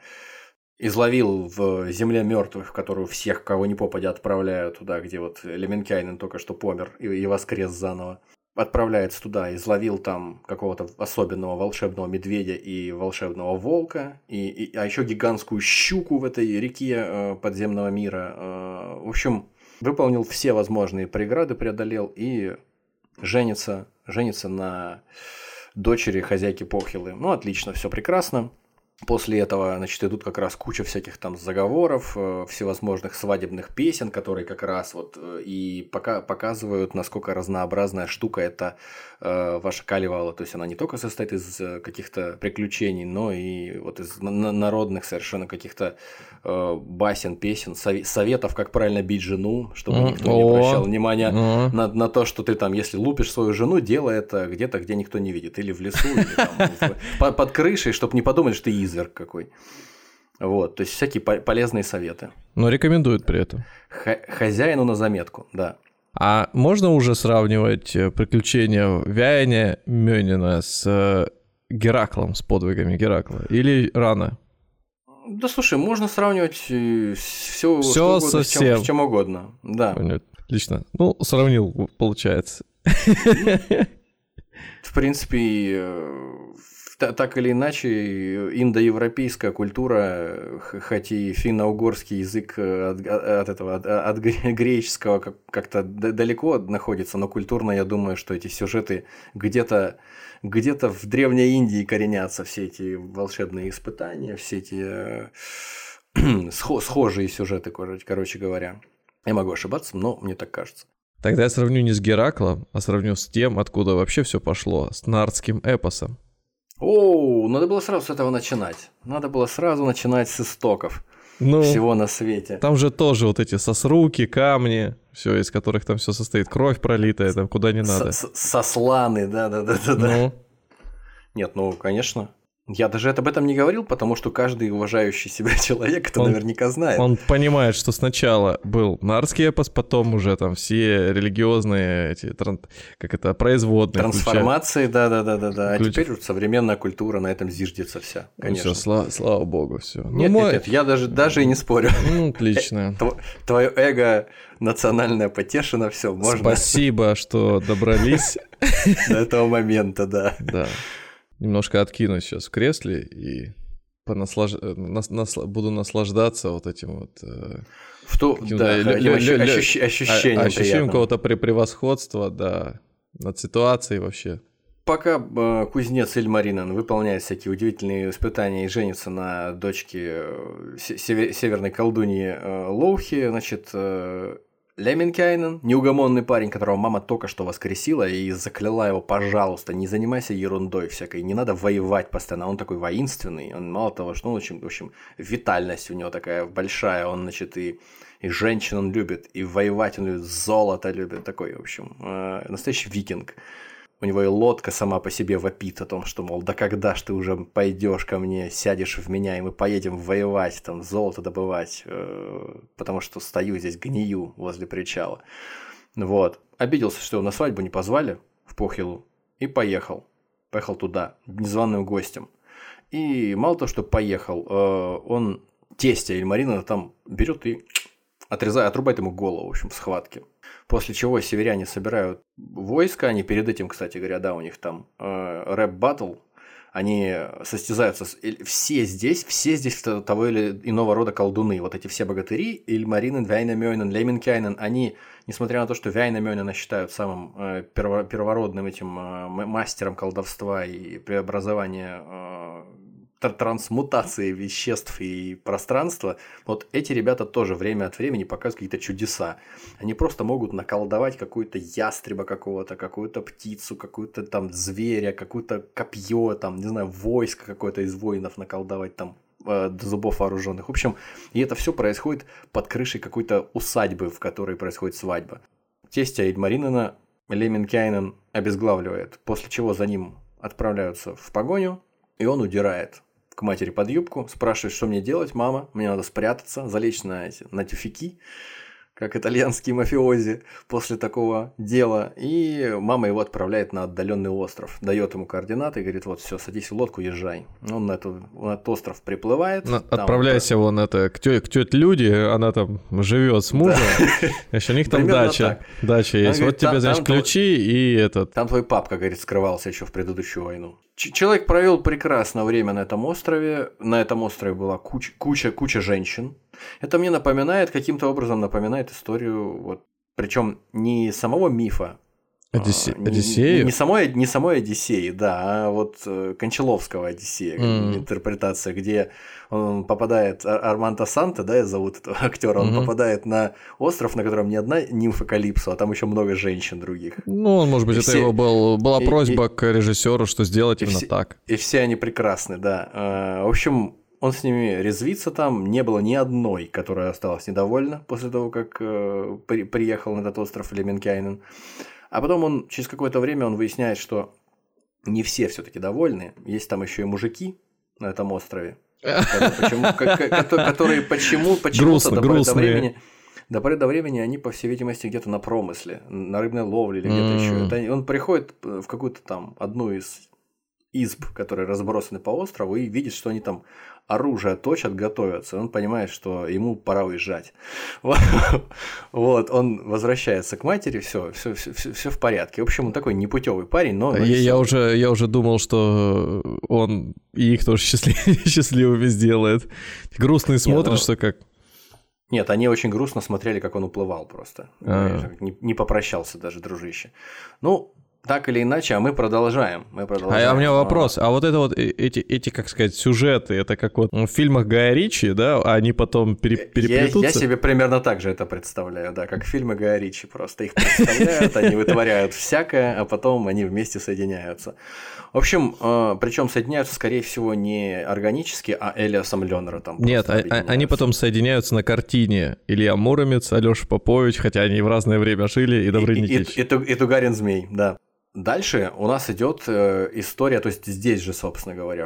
изловил в земле мертвых, в которую всех, кого ни попадя, отправляют туда, где вот Леменкайнен только что помер и воскрес заново. Отправляется туда, изловил там какого-то особенного волшебного медведя и волшебного волка, а еще гигантскую щуку в этой реке подземного мира. В общем, выполнил все возможные преграды, преодолел и женится на дочери хозяйки Похьелы. Ну, отлично, все прекрасно. После этого, значит, идут как раз куча всяких там заговоров, всевозможных свадебных песен, которые как раз вот и показывают, насколько разнообразная штука это ваша Калевала. То есть она не только состоит из каких-то приключений, но и вот из народных совершенно каких-то басен, песен, советов, как правильно бить жену, чтобы никто не обращал внимания на то, что ты там, если лупишь свою жену, делай это где-то, где никто не видит. Или в лесу, или там под крышей, чтобы не подумали, что ты изверг какой. Вот, то есть всякие полезные советы. Но рекомендуют при этом. Хозяину на заметку, да. А можно уже сравнивать приключения Вейнамёнена с Гераклом, с подвигами Геракла? Или рано? Да слушай, можно сравнивать все угодно, с чем угодно. Да. Понятно. Отлично. Ну, сравнил, получается. В принципе, так или иначе, индоевропейская культура, хоть и финно-угорский язык от греческого как-то далеко находится, но культурно я думаю, что эти сюжеты где-то в Древней Индии коренятся, все эти волшебные испытания, все эти схожие сюжеты, короче говоря. Я могу ошибаться, но мне так кажется. Тогда я сравню не с Гераклом, а сравню с тем, откуда вообще все пошло, с нардским эпосом. Надо было сразу с этого начинать. Надо было сразу начинать с истоков всего на свете. Там же тоже вот эти сосруки, камни, все, из которых там все состоит, кровь пролитая, там куда не надо. Сосланы, да. Нет, конечно. Я даже об этом не говорил, потому что каждый уважающий себя человек это наверняка знает. Он понимает, что сначала был нардский эпос, потом уже там все религиозные эти, производные. Трансформации, да. А теперь уже современная культура на этом зиждется вся, конечно. Все, слава богу, все. Нет, я даже и не спорю. Отлично. Твое эго национальное потешено, все, можно. Спасибо, что добрались. До этого момента, да. Да. Немножко откинусь сейчас в кресле и буду наслаждаться вот этим вот ощущением какого-то превосходства, да, над ситуацией вообще. Пока кузнец Ильмаринен выполняет всякие удивительные испытания и женится на дочке северной колдуньи Лоухи, значит, Леменкайнен, неугомонный парень, которого мама только что воскресила и закляла его: пожалуйста, не занимайся ерундой всякой, не надо воевать постоянно. Он такой воинственный, он мало того, что, в общем, витальность у него такая большая, он, значит, и женщин он любит, и воевать он любит, золото любит, такой, в общем, настоящий викинг. У него и лодка сама по себе вопит о том, что, мол, да когда ж ты уже пойдешь ко мне, сядешь в меня, и мы поедем воевать, там, золото добывать, потому что стою здесь, гнию возле причала. Вот. Обиделся, что его на свадьбу не позвали в Похьелу, и поехал. Поехал туда, незваным гостем. И мало того, что поехал, он тестя Ильмаринена там берет и отрубает ему голову, в общем, в схватке. После чего северяне собирают войско, они перед этим, кстати говоря, да, у них там рэп-баттл, Они состязаются. Все здесь того или иного рода колдуны. Вот эти все богатыри, Ильмаринен, Вяйнамёнен, Лейменкайнен, они, несмотря на то, что Вяйнамёнена считают самым первородным этим мастером колдовства и преобразования, трансмутации веществ и пространства, вот эти ребята тоже время от времени показывают какие-то чудеса. Они просто могут наколдовать какую-то ястреба какого-то, какую-то птицу, какую-то там зверя, какое-то копье, там, не знаю, войско какое-то из воинов наколдовать там до зубов вооруженных. В общем, и это все происходит под крышей какой-то усадьбы, в которой происходит свадьба. Тестя Ильмаринена Лейменкайнен обезглавливает, после чего за ним отправляются в погоню, и он удирает к матери под юбку, спрашивает, что мне делать, мама, мне надо спрятаться, залечь на тюфяки, как итальянские мафиози после такого дела. И мама его отправляет на отдаленный остров, дает ему координаты и говорит, вот все, садись в лодку, езжай. Он на этот остров приплывает. Отправляйся вон к тете Люде, она там живет с мужем, еще у них там дача есть. Вот тебе, значит, ключи и этот. Там твой папка, говорит, скрывался еще в предыдущую войну. Человек провел прекрасное время на этом острове. На этом острове была куча женщин. Это мне каким-то образом напоминает историю, вот, причем не самого мифа, Одиссею? Не самой Одиссеи, да, а вот Кончаловского Одиссея, интерпретация, где он попадает, Армандо Санта, да, зовут этого актера, он попадает на остров, на котором не одна нимфа Калипсо, а там еще много женщин других. Ну, может быть, была просьба к режиссеру, что сделать именно так. И все они прекрасны, да. В общем, он с ними резвится там, не было ни одной, которая осталась недовольна после того, как приехал на этот остров Лейменкайнен. А потом через какое-то время он выясняет, что не все все-таки довольны. Есть там еще и мужики на этом острове, которые почему-то до поры до времени они, по всей видимости, где-то на промысле, на рыбной ловле или где-то еще. Он приходит в какую-то там одну из изб, которые разбросаны по острову, и видит, что они там оружие точат, готовятся. Он понимает, что ему пора уезжать. Вот, он возвращается к матери, все в порядке. В общем, он такой непутевый парень, но... Я уже думал, что он и их тоже счастливыми сделает. Грустно смотришь, что как... Нет, они очень грустно смотрели, как он уплывал просто. Не попрощался даже, дружище. Ну, так или иначе, а мы продолжаем. А у меня вопрос. А вот это вот эти, как сказать, сюжеты, это как вот в фильмах Гая Ричи, да, они потом переплетутся? Я себе примерно так же это представляю, да, как фильмы Гая Ричи. Просто их представляют, они вытворяют всякое, а потом они вместе соединяются. В общем, причем соединяются, скорее всего, не органически, а Элиасом Ленером. Нет, они потом соединяются на картине. Илья Муромец, Алёша Попович, хотя они в разное время жили, и Добрый Никитич. И Тугарин Змей, да. Дальше у нас идет история, то есть здесь же, собственно говоря,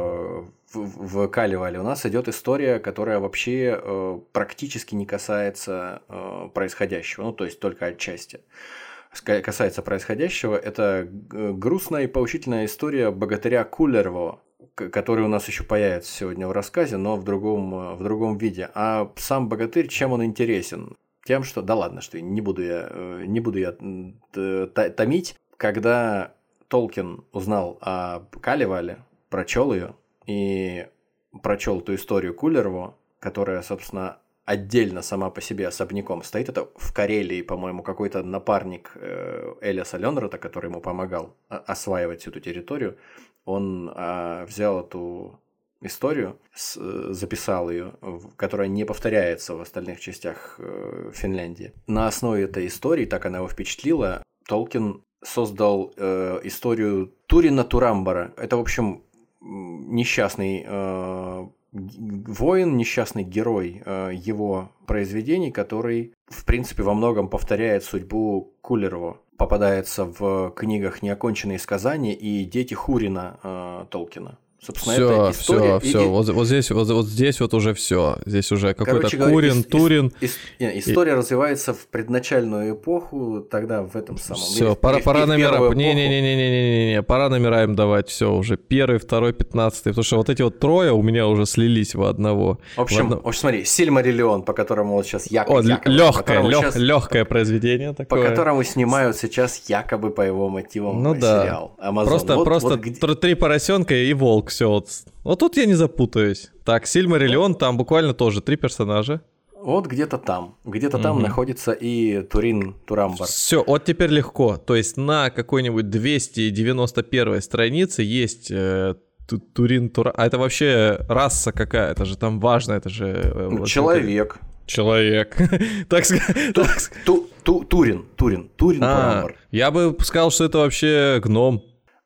в Калевале у нас идет история, которая вообще практически не касается происходящего, ну то есть только отчасти. Касается происходящего, это грустная и поучительная история богатыря Кулерво, который у нас еще появится сегодня в рассказе, но в другом виде. А сам богатырь, чем он интересен? Тем, что... Да ладно, что не буду я томить. Когда Толкин узнал о Калевале, прочел ее и прочел ту историю Кулерво, которая, собственно, отдельно сама по себе особняком стоит. Это в Карелии, по-моему, какой-то напарник Элиаса Ленрота, который ему помогал осваивать всю эту территорию. Он взял эту историю, записал ее, которая не повторяется в остальных частях Финляндии. На основе этой истории, так она его впечатлила, Толкин создал историю Турина Турамбара. Это, в общем, несчастный воин, несчастный герой его произведений, который, в принципе, во многом повторяет судьбу Кулерво. Попадается в книгах «Неоконченные сказания» и «Дети Хурина» Толкина. Собственно, это история. Все. Вот здесь вот уже все. Здесь уже какой-то Турин. История развивается в предначальную эпоху, тогда в этом самом. Все, пора номера. Не, пора номера им давать. Все, уже 1, 2, 15. Потому что вот эти вот трое у меня уже слились в одного. В общем, смотри, Сильмариллион, по которому вот сейчас легкое произведение такое. По которому снимают сейчас якобы по его мотивам сериал. Просто 3 поросенка и волк. Все, вот тут я не запутаюсь. Так, Сильмариллион, там буквально тоже 3 персонажа. Вот где-то там находится и Турин Турамбар. Все, вот теперь легко. То есть на какой-нибудь 291 странице есть Турин Турамбар. А это вообще раса какая? Это же там важно, это же... Человек. Турин Турамбар. Я бы сказал, что это вообще гном.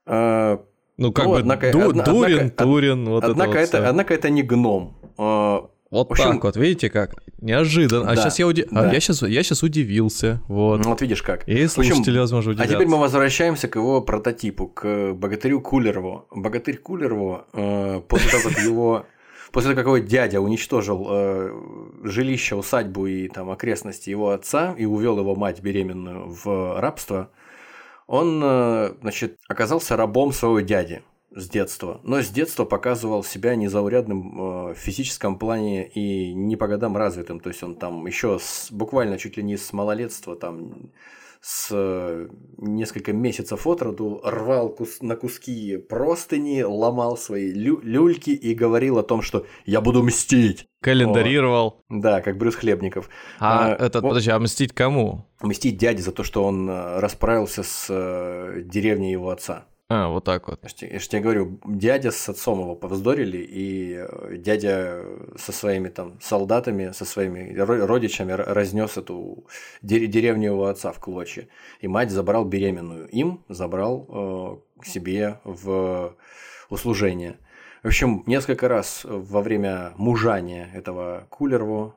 Турин. Однако это не гном. Вот так вот, видите как? Неожиданно. Да, я сейчас удивился. Вот видишь как. И слушатели, возможно, удивятся. А теперь мы возвращаемся к его прототипу, к богатырю Кулерову. Богатырь Кулерову, после того, как его дядя уничтожил жилище, усадьбу и там окрестности его отца и увел его мать беременную в рабство, он, оказался рабом своего дяди с детства. Но с детства показывал себя незаурядным в физическом плане и не по годам развитым. То есть он там еще буквально чуть ли не с малолетства, там с несколько месяцев от роду рвал на куски простыни, ломал свои люльки и говорил о том, что «я буду мстить». Календарировал. Да, как Брюс Хлебников. Подожди, а мстить кому? Мстить дяде за то, что он расправился с деревней его отца. Вот так вот. Я же тебе говорю, дядя с отцом его повздорили, и дядя со своими там солдатами, со своими родичами разнес эту деревню его отца в клочья. И мать забрал беременную. Им забрал себе в услужение. В общем, несколько раз во время мужания этого Кулерову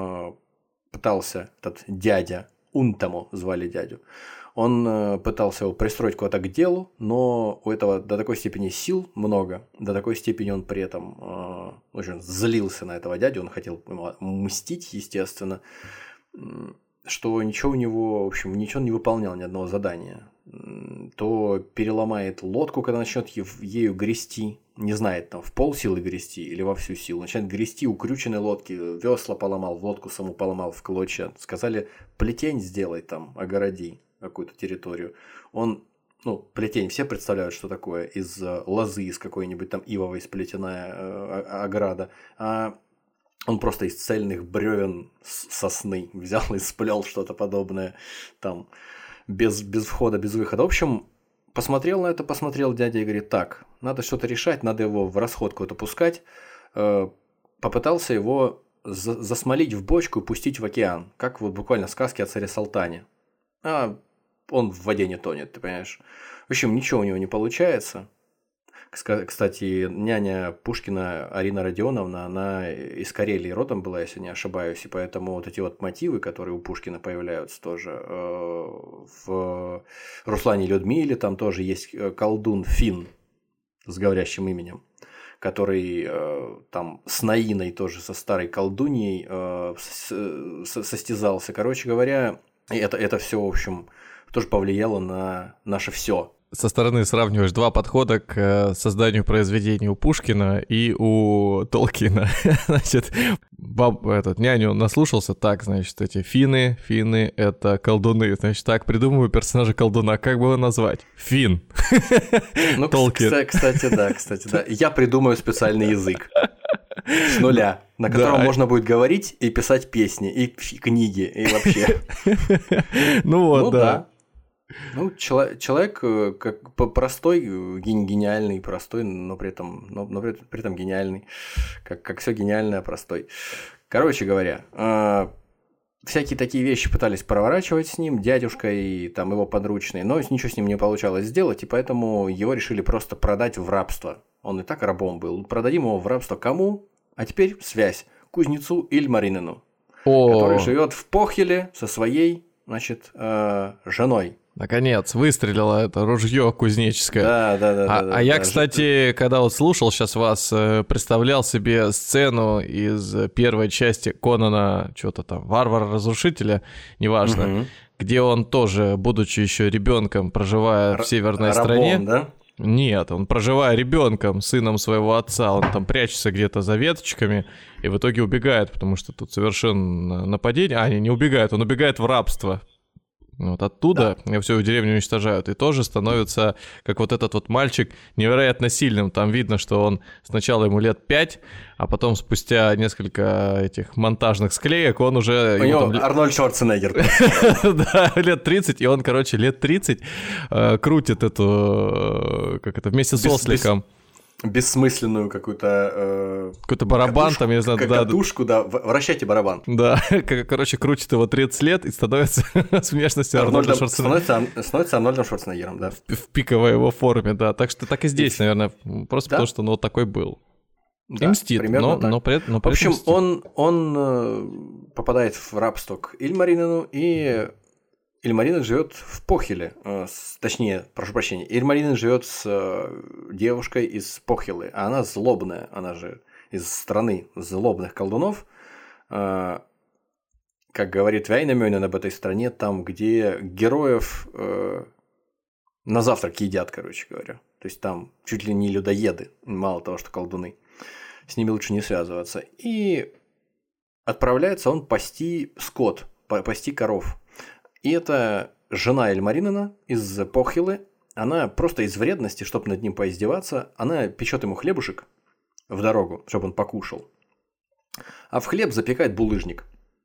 пытался этот дядя, Унтамо звали дядю, он пытался его пристроить куда-то к делу, но у этого до такой степени сил много, до такой степени он при этом очень злился на этого дядю, он хотел ему мстить, естественно, что ничего у него, в общем, ничего он не выполнял, ни одного задания. То переломает лодку, когда начнет ею грести, не знает, там, в полсилы грести или во всю силу. Начинает грести укрюченной лодки, весла поломал, лодку саму поломал в клочья. Сказали, плетень сделай там, огороди какую-то территорию. Он, плетень, все представляют, что такое, из лозы, из какой-нибудь там ивовой сплетенная ограда. А он просто из цельных бревен сосны взял и сплел что-то подобное там, без входа, без выхода. В общем, посмотрел на это, дядя и говорит, так, надо что-то решать, надо его в расход куда-то пускать. Попытался его засмолить в бочку и пустить в океан, как вот буквально сказки о царе Салтане. А он в воде не тонет, ты понимаешь. В общем, ничего у него не получается. Кстати, няня Пушкина Арина Родионовна, она из Карелии родом была, если не ошибаюсь, и поэтому вот эти вот мотивы, которые у Пушкина появляются тоже в Руслане и Людмиле, там тоже есть колдун Финн с говорящим именем, который там с Наиной тоже, со старой колдуньей состязался. Короче говоря, это все, в общем, тоже повлияло на наше все. Со стороны сравниваешь два подхода к созданию произведений у Пушкина и у Толкина. Значит, няню наслушался, так, значит, эти финны — это колдуны. Значит, так, придумываю персонажа колдуна. Как бы его назвать? Финн. Толкин. Кстати, да. Я придумаю специальный язык. С нуля, на котором можно будет говорить и писать песни, и книги, и вообще. Да. Человек как простой, гениальный, простой, но при этом гениальный. Как все гениальное, простой. Короче говоря, всякие такие вещи пытались проворачивать с ним, дядюшка и там его подручные, но ничего с ним не получалось сделать, и поэтому его решили просто продать в рабство. Он и так рабом был. Продадим его в рабство кому? А теперь связь. Кузнецу Ильмаринену, который живет в Похеле со своей, женой. Наконец, выстрелило это ружье кузнеческое. Да. Я, кстати, когда вот слушал сейчас вас, представлял себе сцену из первой части Конана, что-то там, Варвара-разрушителя, неважно, где он тоже, будучи еще ребенком, проживая в северной стране... да? Нет, он, проживая ребенком, сыном своего отца, он там прячется где-то за веточками и в итоге убегает, потому что тут совершенно нападение. Не убегает, он убегает в рабство. Вот оттуда всю деревню уничтожают. И тоже становится, как вот этот вот мальчик, невероятно сильным. Там видно, что он сначала ему лет 5, а потом спустя несколько этих монтажных склеек он уже... У него Арнольд Шварценеггер. Да, лет 30, и он, короче, лет 30 крутит эту... Как это? Вместе с осликом. Бессмысленную какую-то... Какой-то барабан там, я не знаю... Катушку, да, вращайте барабан. Да, короче, крутит его 30 лет и становится с внешностью Арнольда Шварценеггера. Становится Арнольдом Шварценеггером, да. В пиковой его форме, да. Так что так и здесь, наверное, просто потому что он вот такой был. И мстит, но при этом... В общем, он попадает в рабство к Ильмаринену, и... Ильмаринен живет в Похиле, точнее, прошу прощения, Ильмаринен живет с девушкой из Похилы, а она злобная, она же из страны злобных колдунов. Как говорит Вяйнамёнен об этой стране, там, где героев на завтрак едят, короче говоря. То есть там чуть ли не людоеды, мало того, что колдуны. С ними лучше не связываться. И отправляется он пасти скот, пасти коров. И это жена Ильмаринена из Похилы, она просто из вредности, чтобы над ним поиздеваться, она печет ему хлебушек в дорогу, чтобы он покушал. А в хлеб запекает булыжник.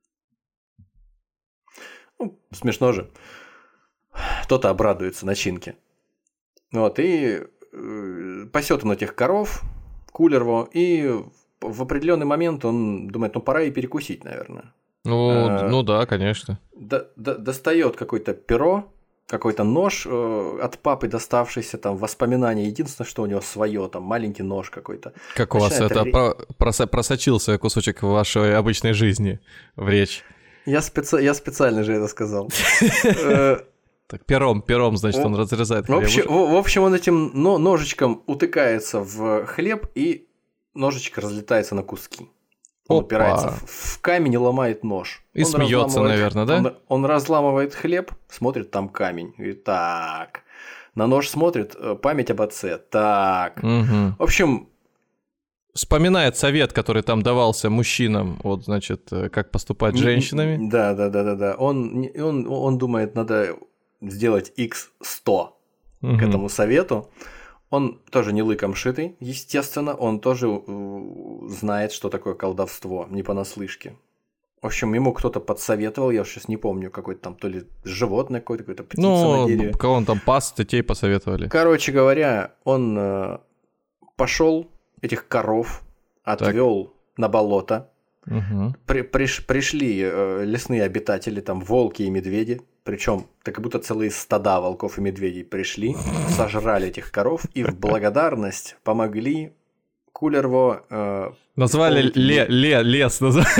Смешно же. Кто-то обрадуется начинке. Вот, и пасет он этих коров, Кулерво, и в определенный момент он думает, пора и перекусить, наверное. Ну да, конечно. Достает какое-то перо, какой-то нож от папы, доставшийся, там, воспоминания. Единственное, что у него свое, там, маленький нож какой-то. Как у вас это просочился кусочек вашей обычной жизни в речь? Я специально же это сказал. Так, пером, значит, он разрезает хлеб. В общем, он этим ножичком утыкается в хлеб, и ножичек разлетается на куски. Он упирается в камень и ломает нож. И смеется, наверное, да? Он разламывает хлеб, смотрит, там камень. И так. На нож смотрит, память об отце. Так. В общем... Вспоминает совет, который там давался мужчинам, вот, значит, как поступать с женщинами. Да. Он думает, надо сделать X100 к этому совету. Он тоже не лыком шитый, естественно, он тоже знает, что такое колдовство, не понаслышке. В общем, ему кто-то подсоветовал, я сейчас не помню, какое-то там то ли животное, какое-то птица на дереве. Кого он там пас, детей посоветовали. Короче говоря, он пошел этих коров, отвел на болото. Пришли лесные обитатели, там волки и медведи, причем как будто целые стада волков и медведей пришли, сожрали этих коров и в благодарность помогли Кулерво... Назвали лес,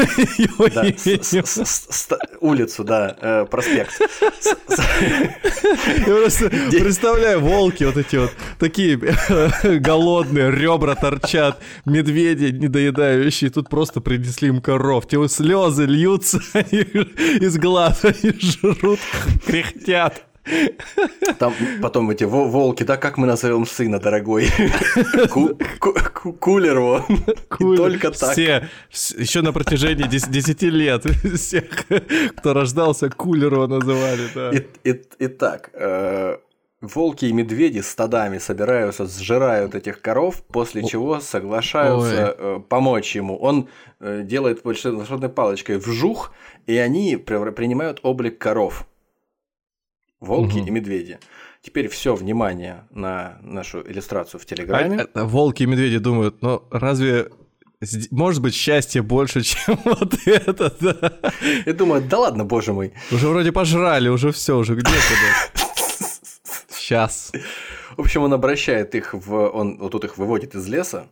улицу, да, проспект. Я просто представляю, волки вот эти вот, такие голодные, ребра торчат, медведи недоедающие, тут просто принесли им коров, те слезы льются из глаз, они жрут, кряхтят. Там потом эти волки, да, как мы назовем сына, дорогой? Кулерво. Только так. Все, еще на протяжении 10 лет всех, кто рождался, Кулерво называли, да. Итак, волки и медведи стадами собираются, сжирают этих коров, после чего соглашаются помочь ему. Он делает волшебной палочкой вжух, и они принимают облик коров. Волки и медведи. Теперь все внимание на нашу иллюстрацию в Телеграме. Волки и медведи думают, разве может быть счастье больше, чем вот это? Да? И думают, да ладно, боже мой. Уже вроде пожрали, уже все, уже где-то. Сейчас. В общем, он обращает их он тут их выводит из леса,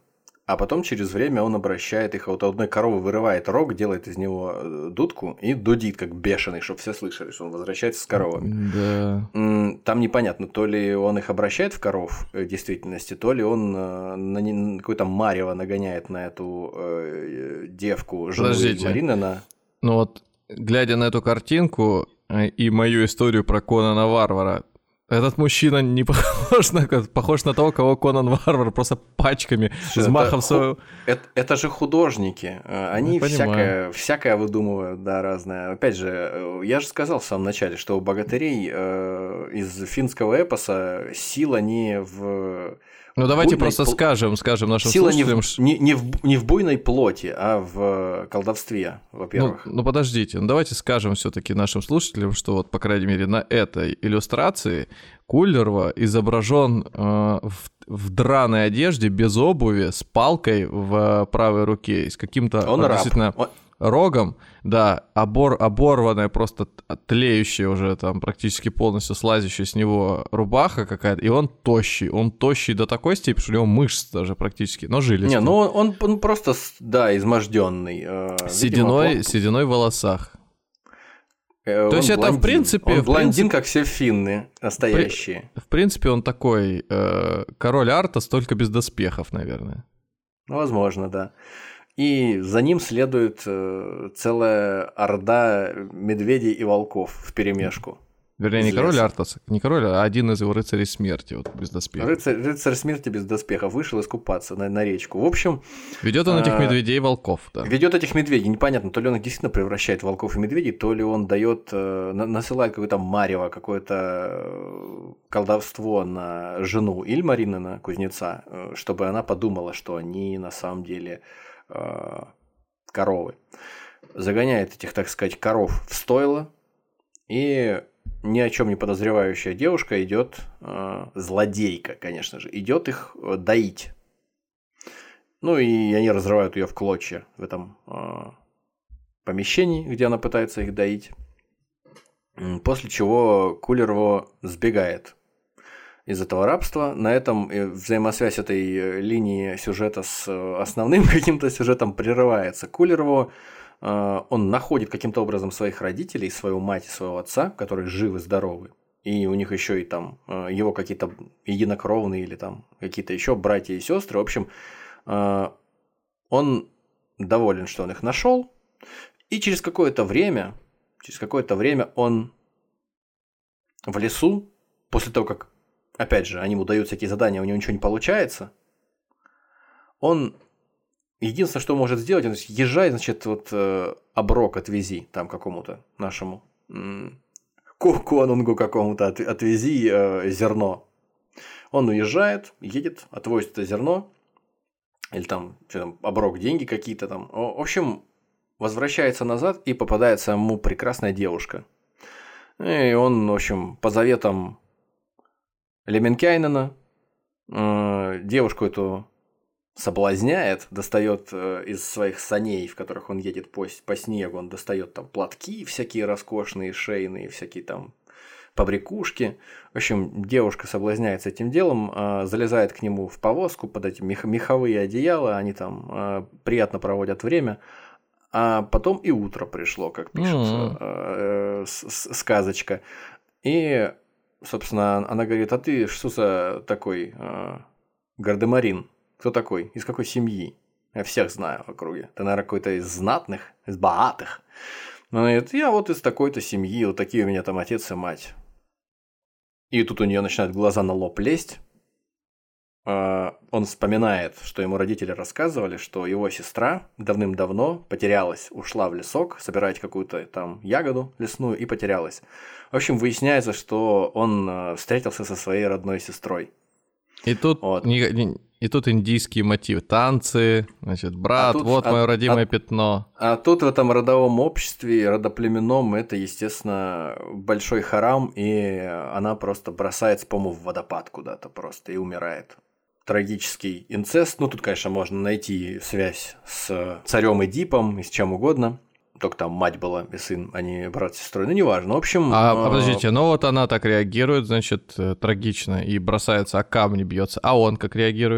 а потом через время он обращает их, вот у одной коровы вырывает рог, делает из него дудку и дудит как бешеный, чтобы все слышали, что он возвращается с коровами. Да. Там непонятно, то ли он их обращает в коров в действительности, то ли он на какое-то марево нагоняет на эту девку, жену Ильмаринена. Ну вот, глядя на эту картинку и мою историю про Конана Варвара, этот мужчина не похож на того, кого Конан Варвар просто пачками взмахом своего... Это же художники, они всякое выдумывают, да, разное. Опять же, я же сказал в самом начале, что у богатырей из финского эпоса сила не в... Ну давайте просто скажем нашим слушателям... Сила не в буйной плоти, а в колдовстве, во-первых. Ну подождите, давайте скажем все-таки нашим слушателям, что вот, по крайней мере, на этой иллюстрации Куллерва изображен в драной одежде, без обуви, с палкой в правой руке, с каким-то относительно... рогом, да, оборванная, просто тлеющая уже там практически полностью слазящая с него рубаха какая-то, и он тощий до такой степени, что у него мышцы даже практически, но жилистые. Не, ну он просто, да, изможденный. Сединой в волосах. То есть это, в принципе... Он блондин, как все финны настоящие. В принципе, он такой король Артас, только без доспехов, наверное. Ну, возможно, да. И за ним следует целая орда медведей и волков вперемешку. Вернее, не король Артас, не король, а один из его рыцарей смерти, вот без доспехов. Рыцарь смерти без доспехов вышел искупаться на речку. В общем... Ведет он этих медведей и волков, да. Ведет этих медведей. Непонятно, то ли он их действительно превращает в волков и медведей, то ли он дает, насылает какое-то марево, какое-то колдовство на жену Ильмаринена, кузнеца, чтобы она подумала, что они на самом деле... коровы. Загоняет этих, так сказать, коров в стойло, и ни о чем не подозревающая девушка идет, злодейка, конечно же, идет их доить. Ну и они разрывают ее в клочья в этом помещении, где она пытается их доить. После чего Куллерво сбегает из этого рабства. На этом взаимосвязь этой линии сюжета с основным каким-то сюжетом прерывается. Куллерво, он находит каким-то образом своих родителей, свою мать и своего отца, которые живы-здоровы. И у них еще и там его какие-то единокровные или там какие-то еще братья и сестры. В общем, он доволен, что он их нашел. И через какое-то время он в лесу, после того, как опять же, они ему дают всякие задания, у него ничего не получается. Он единственное, что может сделать, он езжай, значит, вот оброк отвези там какому-то нашему конунгу какому-то отвези зерно. Он уезжает, едет, отвозит это зерно, или там, оброк, деньги какие-то там. В общем, возвращается назад и попадается ему прекрасная девушка. И он, в общем, по заветам Леменкайнена девушку эту соблазняет, достает из своих саней, в которых он едет по снегу, он достает там платки всякие роскошные, шейные, всякие там побрякушки. В общем, девушка соблазняется этим делом, залезает к нему в повозку под эти меховые одеяла, они там приятно проводят время. А потом и утро пришло, как пишет сказочка. И, собственно, она говорит: а ты что за такой гардемарин? Кто такой? Из какой семьи? Я всех знаю в округе. Ты, наверное, какой-то из знатных, из богатых. Она говорит: я вот из такой-то семьи, вот такие у меня там отец и мать. И тут у нее начинают глаза на лоб лезть. Он вспоминает, что ему родители рассказывали, что его сестра давным-давно потерялась, ушла в лесок собирать какую-то там ягоду лесную и потерялась. В общем, выясняется, что он встретился со своей родной сестрой. И тут, вот. И тут индийские мотивы. Танцы, значит, брат, вот мое родимое пятно. А тут в этом родовом обществе, родоплеменном, это, естественно, большой харам, и она просто бросается, по-моему, в водопад куда-то просто и умирает. Трагический инцест. Ну, тут, конечно, можно найти связь с царем Эдипом и с чем угодно. Только там мать была и сын, а не брат с сестрой. Ну, неважно. В общем... Подождите, ну вот она так реагирует, значит, трагично, и бросается, о камни бьется. А он как реагирует?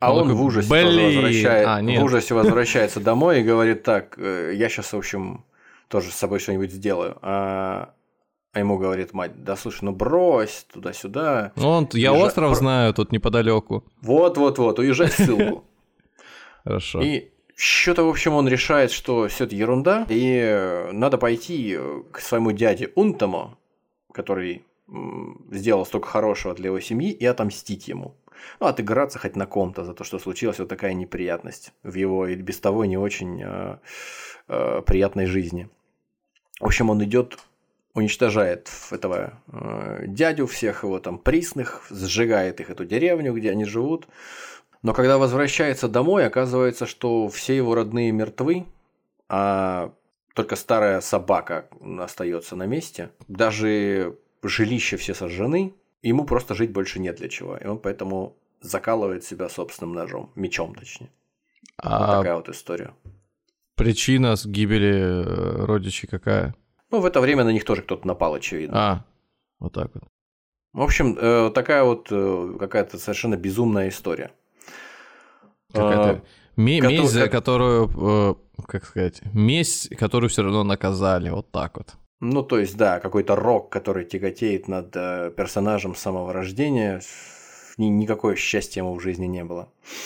А он в ужасе возвращается домой и говорит так, я сейчас, в общем, тоже с собой что-нибудь сделаю. А ему говорит мать, да слушай, ну брось туда-сюда. Я остров знаю тут неподалеку. Вот, уезжай в ссылку. Хорошо. И что-то, в общем, он решает, что все это ерунда, и надо пойти к своему дяде Унтому, который сделал столько хорошего для его семьи, и отомстить ему. Ну, отыграться хоть на ком-то за то, что случилась вот такая неприятность в его и без того не очень приятной жизни. В общем, он идет, уничтожает этого дядю, всех его там присных, сжигает их, эту деревню, где они живут. Но когда возвращается домой, оказывается, что все его родные мертвы, а только старая собака остается на месте. Даже жилища все сожжены, ему просто жить больше нет для чего. И он поэтому закалывает себя собственным ножом, мечом точнее. Вот такая вот история. Причина гибели родичей какая? Ну, в это время на них тоже кто-то напал, очевидно. Вот так вот. В общем, такая вот какая-то совершенно безумная история. Какая-то месть, за которую, как сказать, месть, которую все равно наказали, вот так вот. Ну, то есть, да, какой-то рок, который тяготеет над персонажем с самого рождения, никакое счастья ему в жизни не было.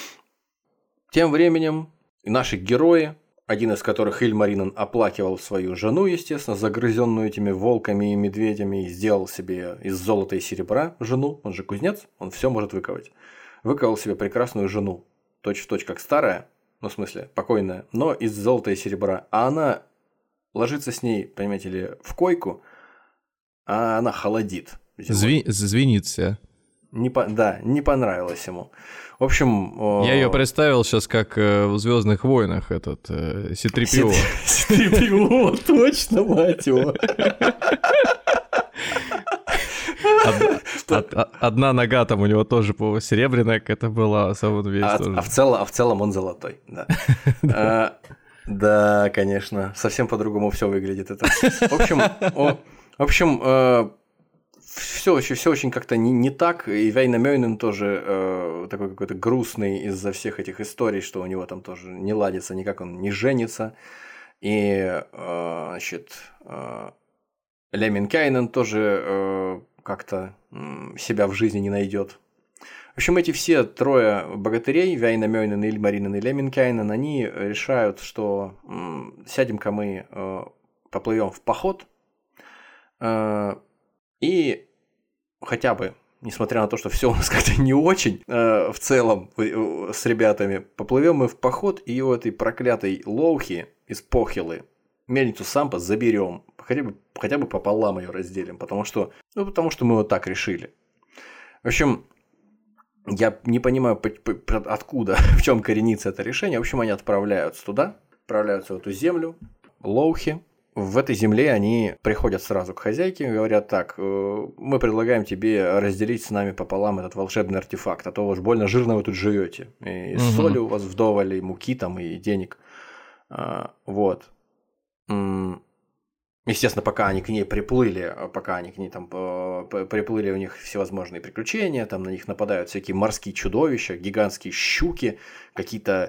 Тем временем наши герои, один из которых Ильмаринен оплакивал свою жену, естественно, загрызенную этими волками и медведями, и сделал себе из золота и серебра жену, он же кузнец, он все может выковать. Выковал себе прекрасную жену, точь-в-точь как старая, ну, в смысле, покойная, но из золота и серебра. А она ложится с ней, понимаете ли, в койку, а она холодит. Звенит вся. Не понравилось ему. В общем... Я ее представил сейчас как в «Звездных войнах» этот C-3PO. C-3PO, точно, мать его. Одна нога там у него тоже серебряная какая-то была, а сам он весь тоже. А в целом он золотой, да. Да, конечно, совсем по-другому все выглядит это. В общем, все очень как-то не так, и Вейнамёйнен тоже такой какой-то грустный из-за всех этих историй, что у него там тоже не ладится, никак он не женится, и, значит, Лемминкайнен тоже как-то себя в жизни не найдет. В общем, эти все трое богатырей, Вейнамёйнен, Ильмаринен и Лемминкайнен, они решают, что сядем-ка мы поплывем в поход, и хотя бы, несмотря на то, что все у нас как-то не очень в целом с ребятами, поплывем мы в поход и у этой проклятой Лоухи из Похилы мельницу Сампа заберем, хотя бы пополам ее разделим, потому что мы вот так решили. В общем, я не понимаю, откуда, в чем коренится это решение. В общем, они отправляются туда, отправляются в эту землю, Лоухи. В этой земле они приходят сразу к хозяйке и говорят так, мы предлагаем тебе разделить с нами пополам этот волшебный артефакт, а то уж больно жирно вы тут живете. И соли у вас вдоволь, и муки там, и денег. Вот. Естественно, пока они к ней приплыли, приплыли у них всевозможные приключения, там на них нападают всякие морские чудовища, гигантские щуки, какие-то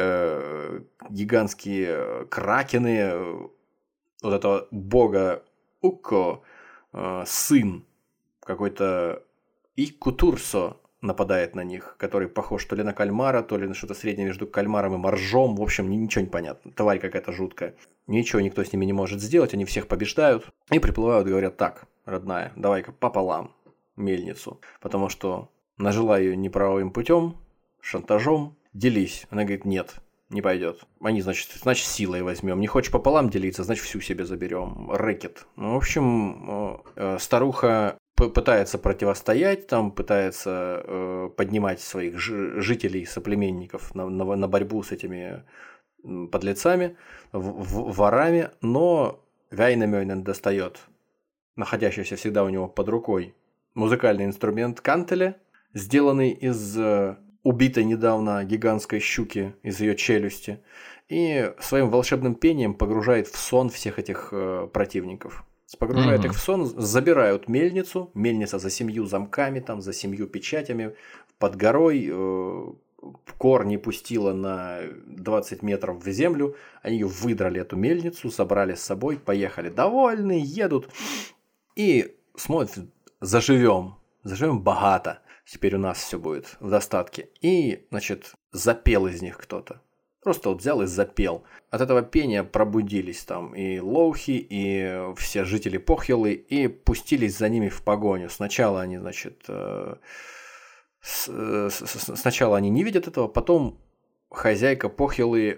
гигантские кракены, вот этого бога Укко, сын какой-то Иккутурсо нападает на них, который похож то ли на кальмара, то ли на что-то среднее между кальмаром и моржом. В общем, ничего не понятно. Тварь какая-то жуткая. Ничего никто с ними не может сделать, они всех побеждают. И приплывают и говорят, так, родная, давай-ка пополам мельницу. Потому что нажила ее неправовым путем, шантажом, делись. Она говорит, нет. Не пойдет. Они, значит, силой возьмем. Не хочешь пополам делиться, значит, всю себе заберем. Рэкет. Ну, в общем, старуха пытается противостоять, там пытается поднимать своих жителей, соплеменников на борьбу с этими подлецами, ворами, но Вейнамёйнен достает находящийся всегда у него под рукой музыкальный инструмент кантеля, сделанный из убитой недавно гигантской щуки, из ее челюсти, и своим волшебным пением погружает в сон всех этих противников. Погружает их в сон, забирают мельницу, мельница за 7 замками, там, за 7 печатями, под горой, корни пустила на 20 метров в землю, они ее выдрали, эту мельницу, забрали с собой, поехали довольные, едут и смотрят, заживем богато, теперь у нас все будет в достатке. И, значит, запел из них кто-то. Просто вот взял и запел. От этого пения пробудились там и лоухи, и все жители Похьелы, и пустились за ними в погоню. Сначала они, значит, сначала они не видят этого, потом хозяйка Похьелы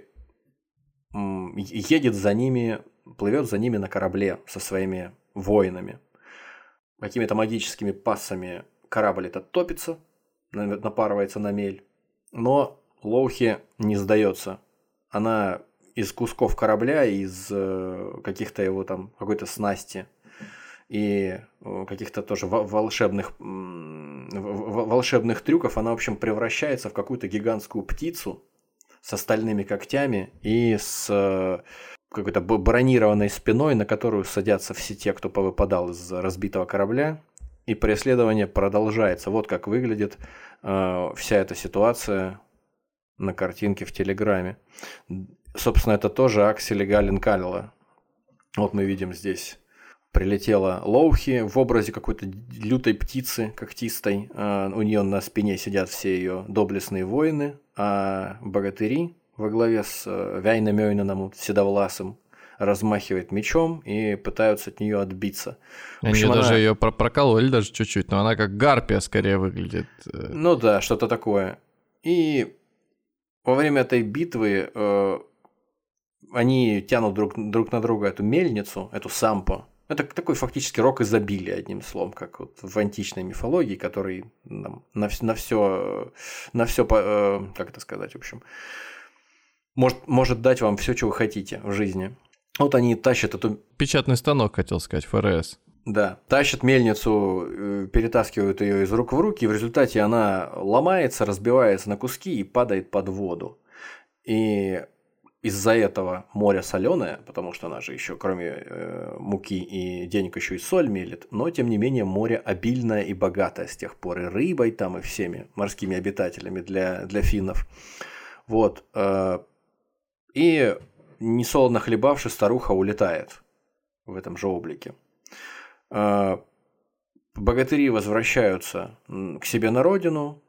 едет за ними, плывет за ними на корабле со своими воинами. Какими-то магическими пассами корабль этот топится, напарывается на мель. Но Лоухи не сдается. Она из кусков корабля, из каких-то его там, какой-то снасти и каких-то тоже волшебных трюков, она, в общем, превращается в какую-то гигантскую птицу с стальными когтями и с какой-то бронированной спиной, на которую садятся все те, кто повыпадал из разбитого корабля. И преследование продолжается. Вот как выглядит вся эта ситуация на картинке в Телеграме. Собственно, это тоже Аксель и Галин Калила. Вот мы видим здесь. Прилетела Лоухи в образе какой-то лютой птицы когтистой. У нее на спине сидят все ее доблестные воины. А богатыри во главе с Вяйнамёйнаном Седовласым размахивает мечом и пытаются от нее отбиться. Они общем, даже ее прокололи даже чуть-чуть, но она как гарпия скорее выглядит. Ну да, что-то такое. И во время этой битвы они тянут друг на друга эту мельницу, эту сампо. Это такой фактически рок изобилия, одним словом, как вот в античной мифологии, который на все, как это сказать, в общем, может дать вам все, что вы хотите в жизни. Вот они тащат эту... Печатный станок, хотел сказать, ФРС. Да, тащат мельницу, перетаскивают ее из рук в руки, и в результате она ломается, разбивается на куски и падает под воду. И из-за этого море соленое, потому что она же еще кроме муки и денег еще и соль мелит, но тем не менее море обильное и богатое с тех пор и рыбой там, и всеми морскими обитателями для финнов. Вот. И несолоно хлебавши, старуха улетает в этом же облике. Богатыри возвращаются к себе на родину,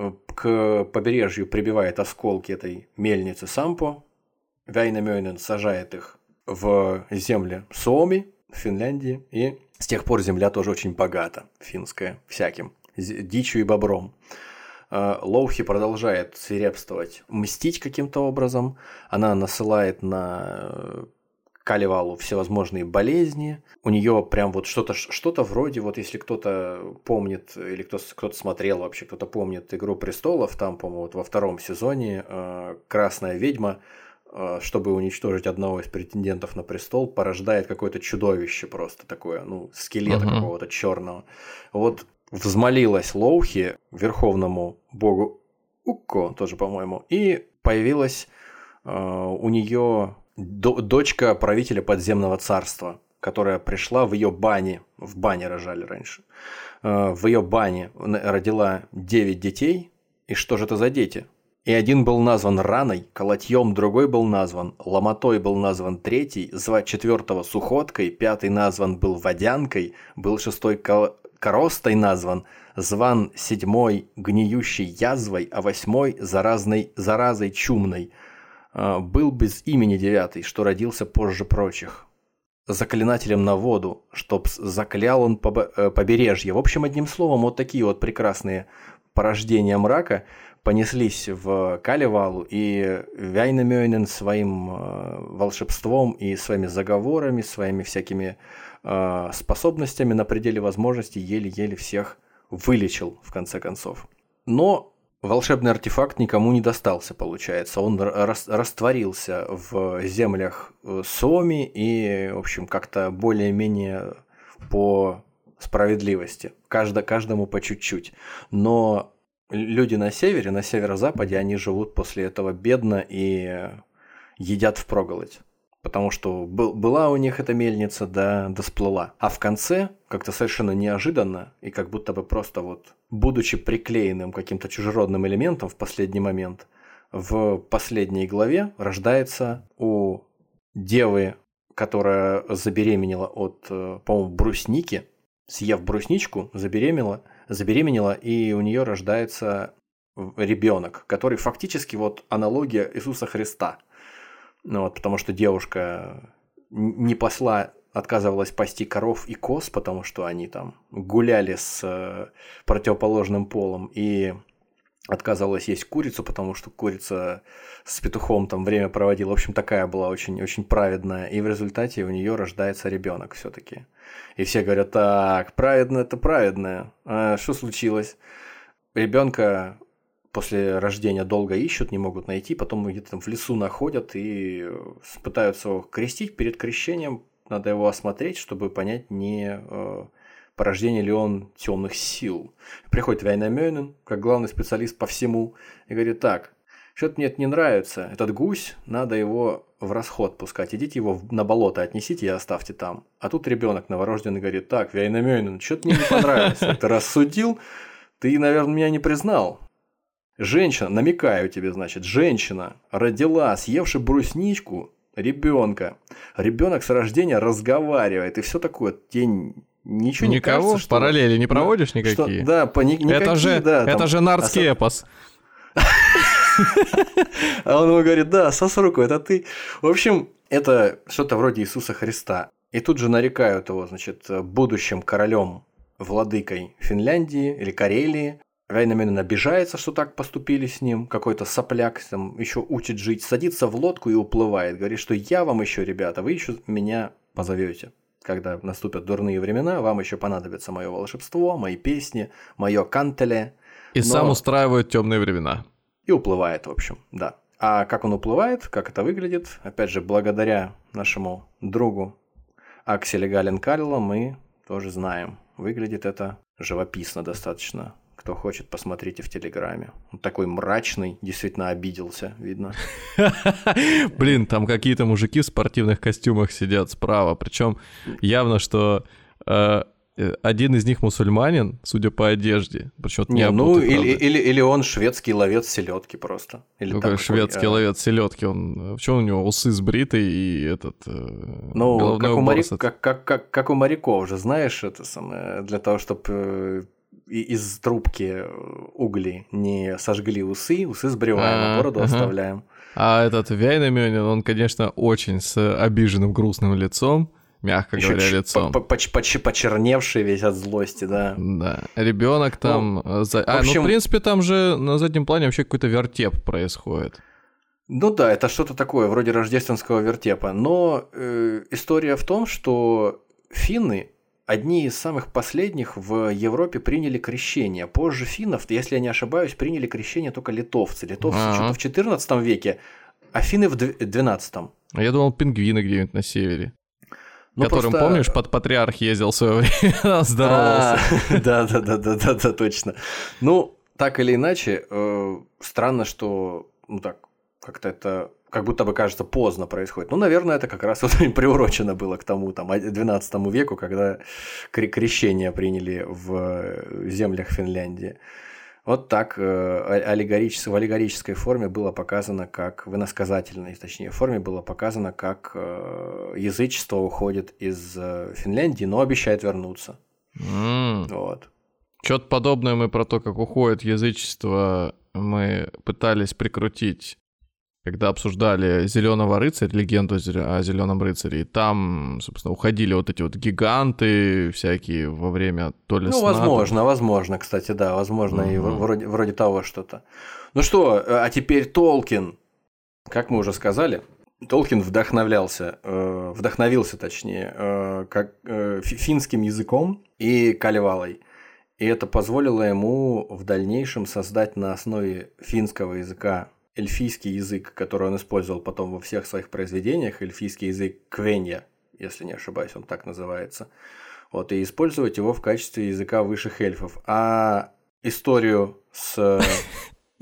к побережью прибивает осколки этой мельницы Сампо. Вяйнамёйнен сажает их в земли Суоми, в Финляндии, и с тех пор земля тоже очень богата, финская, всяким, дичью и бобром. Лоухи продолжает свирепствовать, мстить каким-то образом. Она насылает на Калевалу всевозможные болезни. У нее прям вот что-то вроде, вот если кто-то помнит, или кто-то смотрел вообще, кто-то помнит «Игру престолов», там, по-моему, вот во 2 сезоне красная ведьма, чтобы уничтожить одного из претендентов на престол, порождает какое-то чудовище просто такое, скелета какого-то черного. Вот взмолилась Лоухи верховному богу Укко, тоже, по-моему, и появилась у нее дочка правителя подземного царства, которая пришла в ее бане, в бане рожали раньше, в ее бане родила 9 детей, и что же это за дети? И один был назван Раной, Колотьем, другой был назван Ломотой, был назван 3, звать 4 Сухоткой, 5 назван был Водянкой, был 6 Коростой назван, зван 7 Гниющей язвой, а 8 заразой чумной. Был без имени 9, что родился позже прочих. Заклинателем на воду, чтоб заклял он побережье. В общем, одним словом, вот такие вот прекрасные порождения мрака понеслись в Калевалу, и Вяйнамёйнен своим волшебством и своими заговорами, своими всякими способностями на пределе возможностей еле-еле всех вылечил, в конце концов. Но волшебный артефакт никому не достался, получается. Он растворился в землях Суоми и, в общем, как-то более-менее по справедливости. Каждому по чуть-чуть. Но люди на севере, на северо-западе, они живут после этого бедно и едят впроголодь. потому что была у них эта мельница, да сплыла. А в конце, как-то совершенно неожиданно, и как будто бы просто вот, будучи приклеенным каким-то чужеродным элементом в последний момент, в последней главе рождается у девы, которая забеременела от, по-моему, брусники, съев брусничку, забеременела, и у нее рождается ребенок, который фактически вот аналогия Иисуса Христа. Ну вот, потому что девушка не отказывалась пасти коров и коз, потому что они там гуляли с противоположным полом, и отказывалась есть курицу, потому что курица с петухом там время проводила. В общем, такая была очень праведная. И в результате у нее рождается ребенок все-таки. И все говорят: так, праведно это праведное. А что случилось? Ребенка после рождения долго ищут, не могут найти, потом где-то там в лесу находят и пытаются его крестить. Перед крещением надо его осмотреть, чтобы понять, не порождение ли он темных сил. Приходит Вайнамёнен, как главный специалист по всему, и говорит: так, что-то мне это не нравится, этот гусь, надо его в расход пускать, идите его на болото отнесите и оставьте там. А тут ребенок новорожденный говорит: так, Вайнамёнен, что-то мне не понравилось, ты рассудил, ты, наверное, меня не признал. Женщина, намекаю тебе, значит, женщина родила, съевши брусничку, ребенка. Ребенок с рождения разговаривает, и все такое. Тебе ничего не кажется, что... параллели не проводишь никакие? Что, да, никакие, это же нардский эпос. А он ему говорит: да, сосруку, это ты. В общем, это что-то вроде Иисуса Христа. И тут же нарекают его, значит, будущим королем, владыкой Финляндии или Карелии. Вайнамёнен обижается, что так поступили с ним. Какой-то сопляк там еще учит жить. Садится в лодку и уплывает. Говорит, что я вам еще, ребята, вы еще меня позовете. Когда наступят дурные времена, вам еще понадобится мое волшебство, мои песни, мое кантеле. И сам устраивает темные времена. И уплывает, в общем, да. А как он уплывает, как это выглядит, опять же, благодаря нашему другу Акселе Гален-Карлу мы тоже знаем. Выглядит это живописно достаточно. Кто хочет, посмотрите в Телеграме. Он такой мрачный, действительно обиделся, видно. Блин, там какие-то мужики в спортивных костюмах сидят справа. Причем явно, что один из них мусульманин, судя по одежде. Или он шведский ловец селедки просто. Какой шведский ловец селедки? В чем у него усы сбриты и этот головной убор? Как у моряков же, знаешь, это самое, для того, чтобы из трубки угли не сожгли усы сбриваем, а бороду оставляем. А этот Вайнамёнен, он, конечно, очень с обиженным грустным лицом, мягко говоря, лицом. Почерневший весь от злости, да. Да. Ребенок там. В принципе, там же на заднем плане вообще какой-то вертеп происходит. Ну да, это что-то такое, вроде рождественского вертепа. Но история в том, что финны одни из самых последних в Европе приняли крещение. Позже финнов, если я не ошибаюсь, приняли крещение только литовцы. Литовцы что-то в 14 веке, а финны в 12. Я думал, пингвины где-нибудь на севере. Которым, помнишь, патриарх ездил в свое время, здоровался. Да, точно. Ну, так или иначе, странно, что как-то это как будто бы кажется поздно происходит. Ну, наверное, это как раз вот приурочено было к тому, там, 12 веку, когда крещение приняли в землях Финляндии. Вот так в аллегорической форме было показано, как в иносказательной, точнее, форме было показано, как язычество уходит из Финляндии, но обещает вернуться. Вот. Что-то подобное мы про то, как уходит язычество, мы пытались прикрутить, когда обсуждали «Зеленого рыцаря», легенду о Зеленом рыцаре, и там, собственно, уходили вот эти вот гиганты всякие во время то ли сна. Возможно, кстати, да, возможно, и вроде того что-то. Ну что, а теперь Толкин. Как мы уже сказали, Толкин вдохновился финским языком и Калевалой. И это позволило ему в дальнейшем создать на основе финского языка эльфийский язык, который он использовал потом во всех своих произведениях, эльфийский язык Квенья, если не ошибаюсь, он так называется. Вот, и использовать его в качестве языка высших эльфов. А историю с...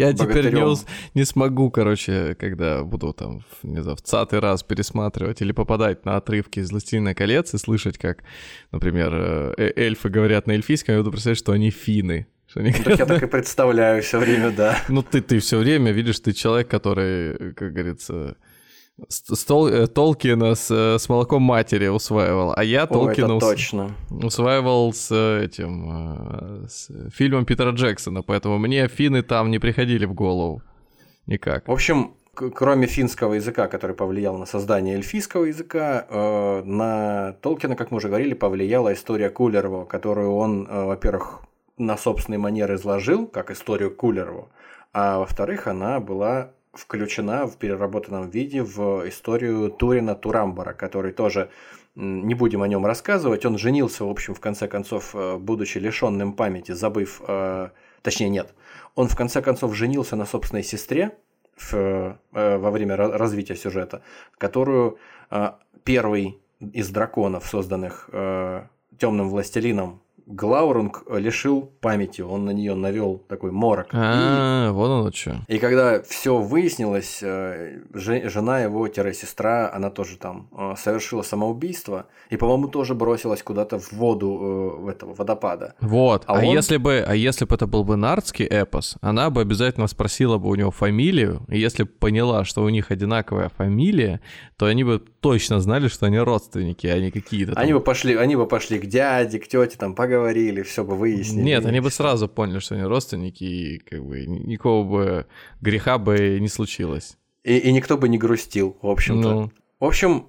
Я теперь не смогу, короче, когда буду там, не знаю, в 100-й раз пересматривать или попадать на отрывки из «Властелина колец» и слышать, как, например, эльфы говорят на эльфийском, я буду представлять, что они финны. Так я так и представляю все время, да. Ну, ты все время видишь, ты человек, который, как говорится, Толкина с молоком матери усваивал, а я Толкина усваивал с фильмом Питера Джексона, поэтому мне финны там не приходили в голову никак. В общем, кроме финского языка, который повлиял на создание эльфийского языка, на Толкина, как мы уже говорили, повлияла история Кулерову, которую он, во-первых, на собственный манер изложил, как историю Кулерову, а во-вторых, она была включена в переработанном виде в историю Турина Турамбара, который тоже, не будем о нем рассказывать, он женился, в общем, в конце концов, будучи лишенным памяти, забыв, точнее нет, он в конце концов женился на собственной сестре во время развития сюжета, которую первый из драконов, созданных темным властелином, Глаурунг лишил памяти, он на нее навел такой морок. Вот оно что. И когда все выяснилось, жена его-сестра, она тоже там совершила самоубийство и, по-моему, тоже бросилась куда-то в воду этого водопада. Вот. Если бы это был бы нардский эпос, она бы обязательно спросила бы у него фамилию, и если бы поняла, что у них одинаковая фамилия, то они бы точно знали, что они родственники, а не какие-то там... Они бы пошли к дяде, к тете, там поговорили, все бы выяснили. Нет, они бы сразу поняли, что они родственники, и как бы никакого бы греха бы не случилось. И никто бы не грустил, в общем-то. Ну, в общем.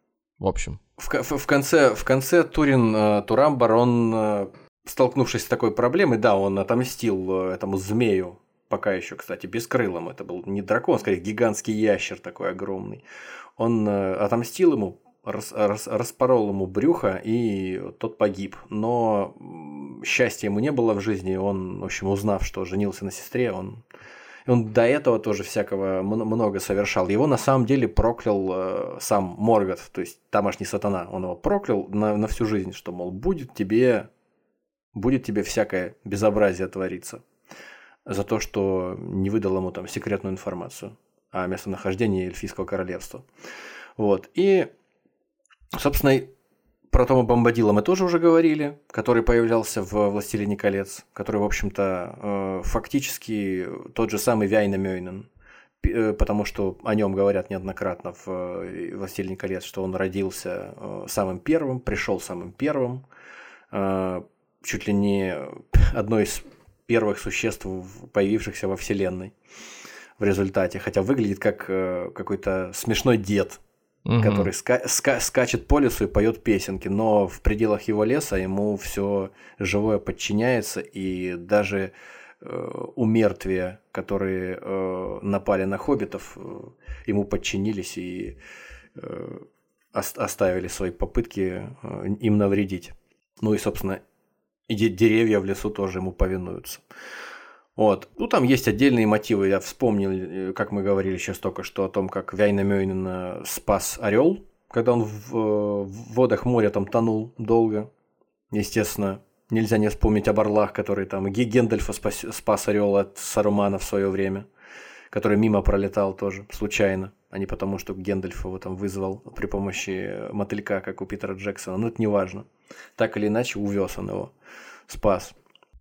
В конце Турамбар, он, столкнувшись с такой проблемой, да, он отомстил этому змею, пока еще, кстати, бескрылым. Это был не дракон, скорее гигантский ящер такой огромный. Он отомстил ему, распорол ему брюхо, и тот погиб. Но счастья ему не было в жизни. Он, в общем, узнав, что женился на сестре, он до этого тоже всякого много совершал. Его на самом деле проклял сам Моргот, то есть тамошний сатана. Он его проклял на всю жизнь, что, мол, будет тебе всякое безобразие твориться за то, что не выдал ему там секретную информацию о местонахождении эльфийского королевства. Вот. И, собственно, про Тома Бомбадила мы тоже уже говорили, который появлялся в «Властелине колец», который, в общем-то, фактически тот же самый Вяйнамёйнен, потому что о нем говорят неоднократно в «Властелине колец», что он родился самым первым, пришел самым первым, чуть ли не одно из первых существ, появившихся во Вселенной в результате, хотя выглядит как какой-то смешной дед, который скачет по лесу и поет песенки, но в пределах его леса ему все живое подчиняется, и даже умертвия, которые напали на хоббитов, ему подчинились и оставили свои попытки им навредить. Ну и, собственно, и деревья в лесу тоже ему повинуются. Вот. Ну, там есть отдельные мотивы. Я вспомнил, как мы говорили сейчас только что, о том, как Вяйнамёйнен спас орел, когда он в водах моря там тонул долго. Естественно, нельзя не вспомнить об орлах, которые там Гендальфа спас орел от Сарумана в свое время, который мимо пролетал тоже случайно, а не потому, что Гендальф его там вызвал при помощи мотылька, как у Питера Джексона. Но это не важно. Так или иначе, увез он его, спас.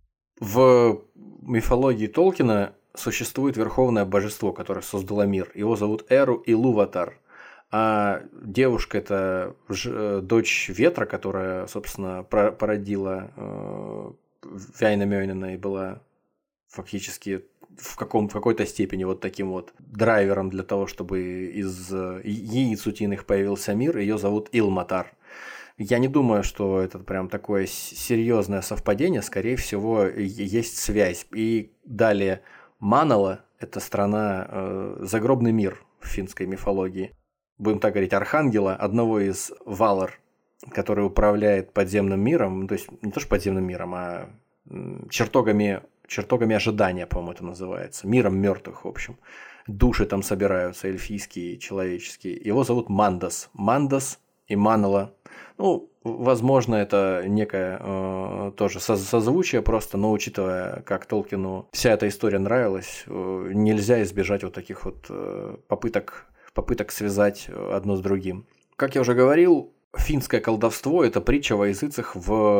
В мифологии Толкина существует верховное божество, которое создало мир. Его зовут Эру Илуватар. А девушка – это дочь ветра, которая, собственно, породила Вяйнамёйнена и была фактически в какой-то степени вот таким вот драйвером для того, чтобы из яиц утиных появился мир. Ее зовут Илматар. Я не думаю, что это прям такое серьезное совпадение, скорее всего, есть связь. И далее Манала – это страна, загробный мир в финской мифологии. Будем так говорить, архангела, одного из Валар, который управляет подземным миром, то есть не то что подземным миром, а чертогами ожидания, по-моему, это называется, миром мертвых, в общем. Души там собираются, эльфийские, человеческие. Его зовут Мандас. Мандас и Манала. Ну, возможно, это некое тоже созвучие просто, но учитывая, как Толкину вся эта история нравилась, нельзя избежать вот таких вот попыток связать одно с другим. Как я уже говорил, финское колдовство – это притча во языцах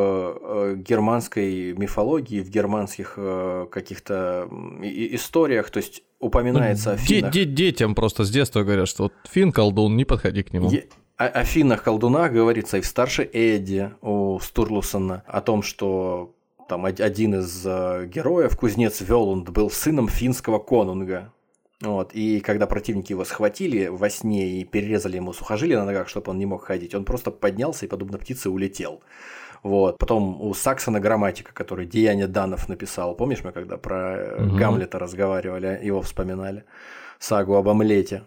в германской мифологии, в германских каких-то историях, то есть упоминается о финнах. Детям просто с детства говорят, что вот фин колдун, не подходи к нему. О финнах-колдунах говорится и в старшей Эдде у Стурлусона о том, что там один из героев, кузнец Вёлунд, был сыном финского конунга. Вот, и когда противники его схватили во сне и перерезали ему сухожилия на ногах, чтобы он не мог ходить, он просто поднялся и, подобно птице, улетел. Вот. Потом у Саксона грамматика, который «Деяния данов» написал, помнишь, мы когда про Гамлета разговаривали, его вспоминали, сагу об омлете,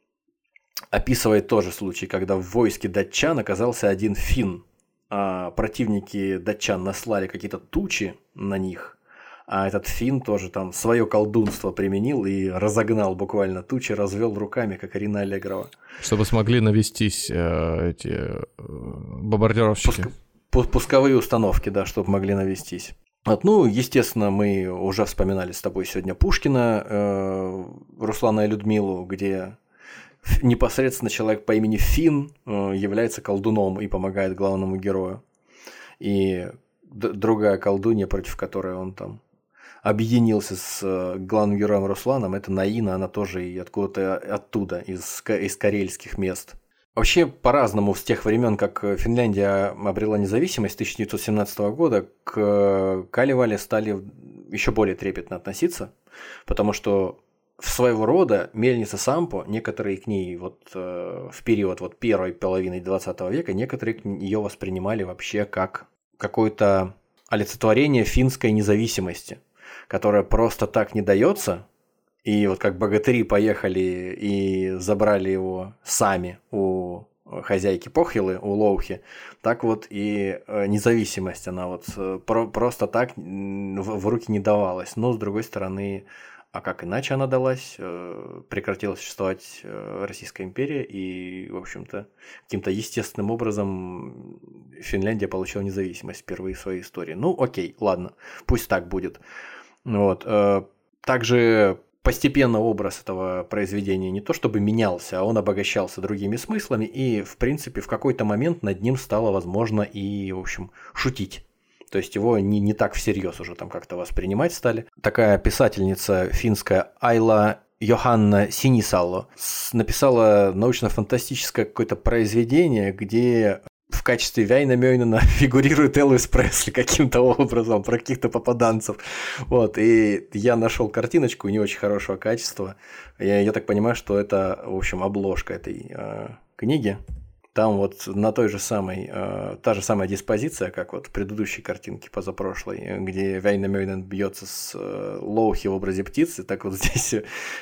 описывает тоже случай, когда в войске датчан оказался один финн, а противники датчан наслали какие-то тучи на них, а этот финн тоже там свое колдунство применил и разогнал буквально тучи, развел руками, как Ирина Аллегрова. Чтобы смогли навестись эти бомбардировщики. Пусковые установки, да, чтобы могли навестись. Вот, ну, естественно, мы уже вспоминали с тобой сегодня Пушкина, Руслана и Людмилу, где непосредственно человек по имени Финн является колдуном и помогает главному герою. И другая колдунья, против которой он там объединился с главным героем Русланом, это Наина, она тоже и откуда-то оттуда, из карельских мест. Вообще, по-разному с тех времен, как Финляндия обрела независимость 1917 года, к Калевале стали еще более трепетно относиться, потому что в своего рода мельница Сампо, некоторые к ней вот в период вот первой половины 20 века, некоторые ее воспринимали вообще как какое-то олицетворение финской независимости, которая просто так не дается. И вот как богатыри поехали и забрали его сами у хозяйки Похилы, у Лоухи, так вот и независимость, она вот просто так в руки не давалась. Но, с другой стороны, а как иначе она далась? Прекратила существовать Российская империя, и, в общем-то, каким-то естественным образом Финляндия получила независимость впервые в своей истории. Ну, окей, ладно, пусть так будет. Вот. Также постепенно образ этого произведения не то чтобы менялся, а он обогащался другими смыслами, и, в принципе, в какой-то момент над ним стало возможно и, в общем, шутить. То есть его не так всерьез уже там как-то воспринимать стали. Такая писательница финская Айла Йоханна Синисало написала научно-фантастическое какое-то произведение, где в качестве Вяйна-Мёйнена фигурирует Элвис Пресли каким-то образом, про каких-то попаданцев. Вот, и я нашел картиночку не очень хорошего качества. Я так понимаю, что это, в общем, обложка этой книги. Там вот на той же самой, та же самая диспозиция, как вот в предыдущей картинке позапрошлой, где Вяйна-Мёйнен бьется с Лоухи в образе птицы, так вот здесь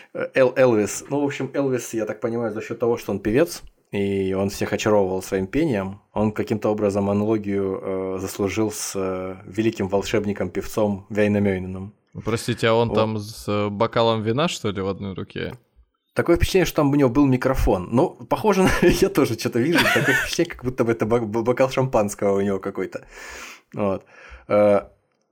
Элвис. Ну, в общем, Элвис, я так понимаю, за счет того, что он певец, и он всех очаровывал своим пением, он каким-то образом аналогию заслужил с великим волшебником-певцом Вяйна-Мёйненом. Простите, а он вот там с бокалом вина, что ли, в одной руке? Такое впечатление, что там у него был микрофон. Ну, похоже, я тоже что-то вижу. Такое впечатление, как будто бы это бокал шампанского у него какой-то. Вот. А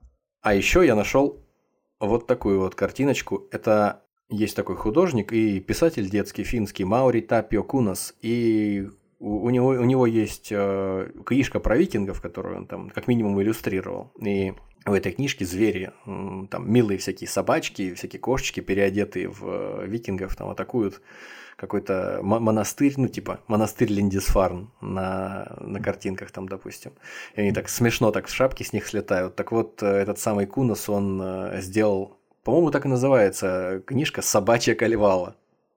еще я нашел вот такую вот картиночку. Это есть такой художник и писатель детский финский Маури Тапио Кунас. И у него есть книжка про викингов, которую он там как минимум иллюстрировал. И в этой книжке звери, там милые всякие собачки, всякие кошечки, переодетые в викингов, там атакуют какой-то монастырь, ну типа монастырь Линдисфарн на картинках там, допустим. И они так смешно так в шапки с них слетают. Так вот, этот самый Кунас, он сделал, по-моему, так и называется книжка «Собачья Калевала».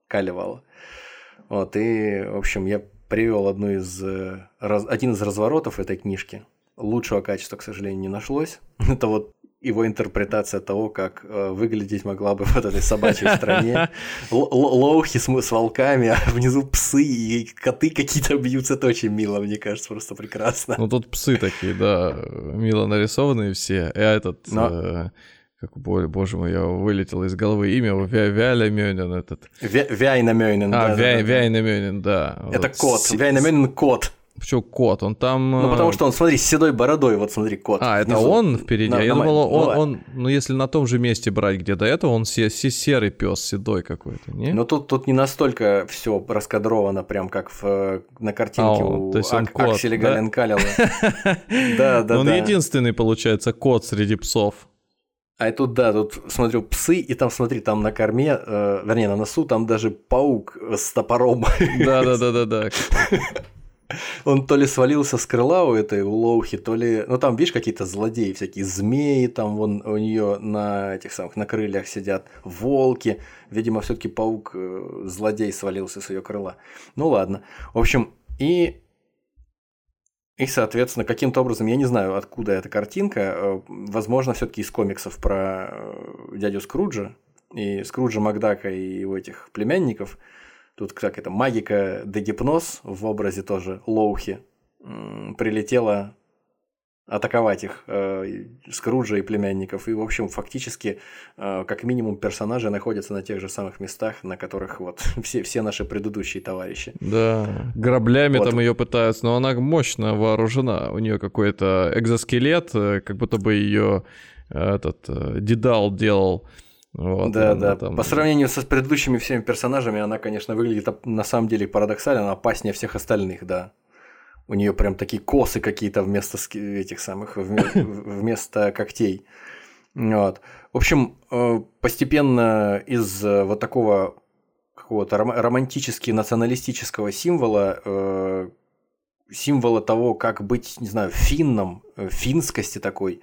Вот, и, в общем, я привел один из разворотов этой книжки. Лучшего качества, к сожалению, не нашлось. Это вот его интерпретация того, как выглядеть могла бы вот этой собачьей стране. Лоухи с волками, а внизу псы и коты какие-то бьются. Это очень мило, мне кажется, просто прекрасно. Ну, тут псы такие, да, мило нарисованные все. А этот... боже мой, я вылетел из головы имя, Вяйна-Мёйнен этот. Вяйна-Мёйнен, да. Вяйна-Мёйнен, да. Это кот, Вяйна-Мёйнен кот. Почему кот? Он там... Ну, потому что он, смотри, с седой бородой, вот смотри, кот. Это внизу. он впереди? Я думал, он, если на том же месте брать, где до этого, он серый пес, седой какой-то, не? Но тут не настолько все раскадровано, прям как на картинке у Акселя Галленкаллена. Да. Он единственный, получается, кот среди псов. А тут смотрю, псы, и там, смотри, там на корме, вернее, на носу, там даже паук с топором. Да. Он то ли свалился с крыла у Лоухи, то ли... Ну, там, видишь, какие-то злодеи, всякие змеи, там вон у нее на этих самых, на крыльях сидят, волки. Видимо, все-таки паук-злодей свалился с ее крыла. Ну, ладно. В общем, и, соответственно, каким-то образом, я не знаю, откуда эта картинка, возможно, все-таки из комиксов про дядю Скруджа, и Скруджа Макдака и его этих племянников. Тут, как это, магика дегипноз в образе тоже Лоухи прилетела атаковать их, Скруджа и племянников. И, в общем, фактически, как минимум, персонажи находятся на тех же самых местах, на которых вот все наши предыдущие товарищи. Да, граблями вот. Там ее пытаются, но она мощно вооружена. У нее какой-то экзоскелет, как будто бы ее Дедал делал. Вот, да. Там... По сравнению с предыдущими всеми персонажами, она, конечно, выглядит на самом деле парадоксально, она опаснее всех остальных, да. У нее прям такие косы какие-то вместо этих самых, вместо когтей. Вот. В общем, постепенно из вот такого какого-то романтически националистического символа, символа того, как быть, не знаю, финном, финскости такой,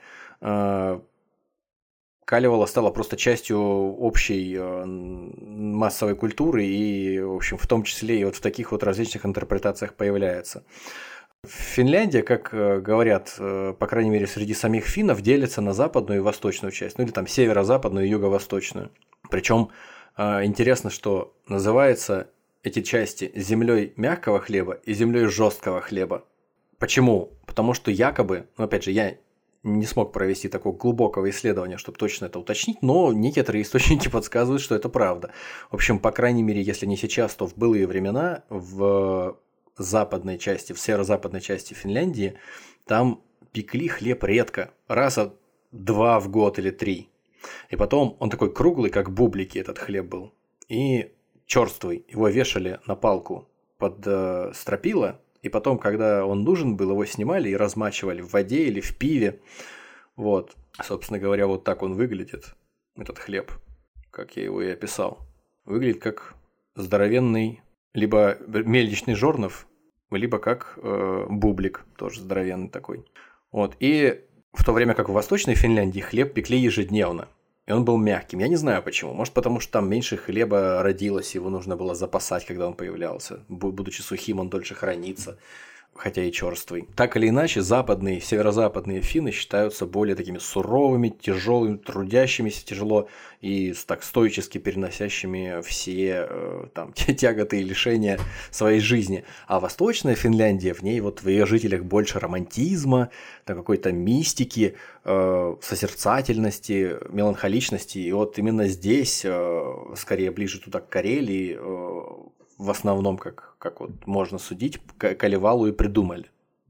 Калевала стала просто частью общей массовой культуры и, в общем, в том числе и вот в таких вот различных интерпретациях появляется. Финляндия, как говорят, по крайней мере, среди самих финнов, делится на западную и восточную часть, ну или там северо-западную и юго-восточную. Причем интересно, что называются эти части землей мягкого хлеба и землей жесткого хлеба. Почему? Потому что якобы, ну опять же, я не смог провести такого глубокого исследования, чтобы точно это уточнить, но некоторые источники подсказывают, что это правда. В общем, по крайней мере, если не сейчас, то в былые времена в западной части, в северо-западной части Финляндии, там пекли хлеб редко, раза 2 в год или 3. И потом он такой круглый, как бублики этот хлеб был, и черствый. Его вешали на палку под стропила, и потом, когда он нужен был, его снимали и размачивали в воде или в пиве. Вот, собственно говоря, вот так он выглядит, этот хлеб, как я его и описал. Выглядит как здоровенный либо мельничный жорнов, либо как бублик, тоже здоровенный такой. Вот, и в то время как в Восточной Финляндии хлеб пекли ежедневно. И он был мягким. Я не знаю почему. Может, потому что там меньше хлеба родилось, его нужно было запасать, когда он появлялся. Будучи сухим, он дольше хранится, хотя и черствый. Так или иначе, западные, северо-западные финны считаются более такими суровыми, тяжелыми, трудящимися тяжело и так стойчески переносящими все там тяготы и лишения своей жизни. А Восточная Финляндия, в ней вот в ее жителях больше романтизма, какой-то мистики, созерцательности, меланхоличности. И вот именно здесь, скорее ближе туда к Карелии, в основном, как вот можно судить, Калевалу и придумали.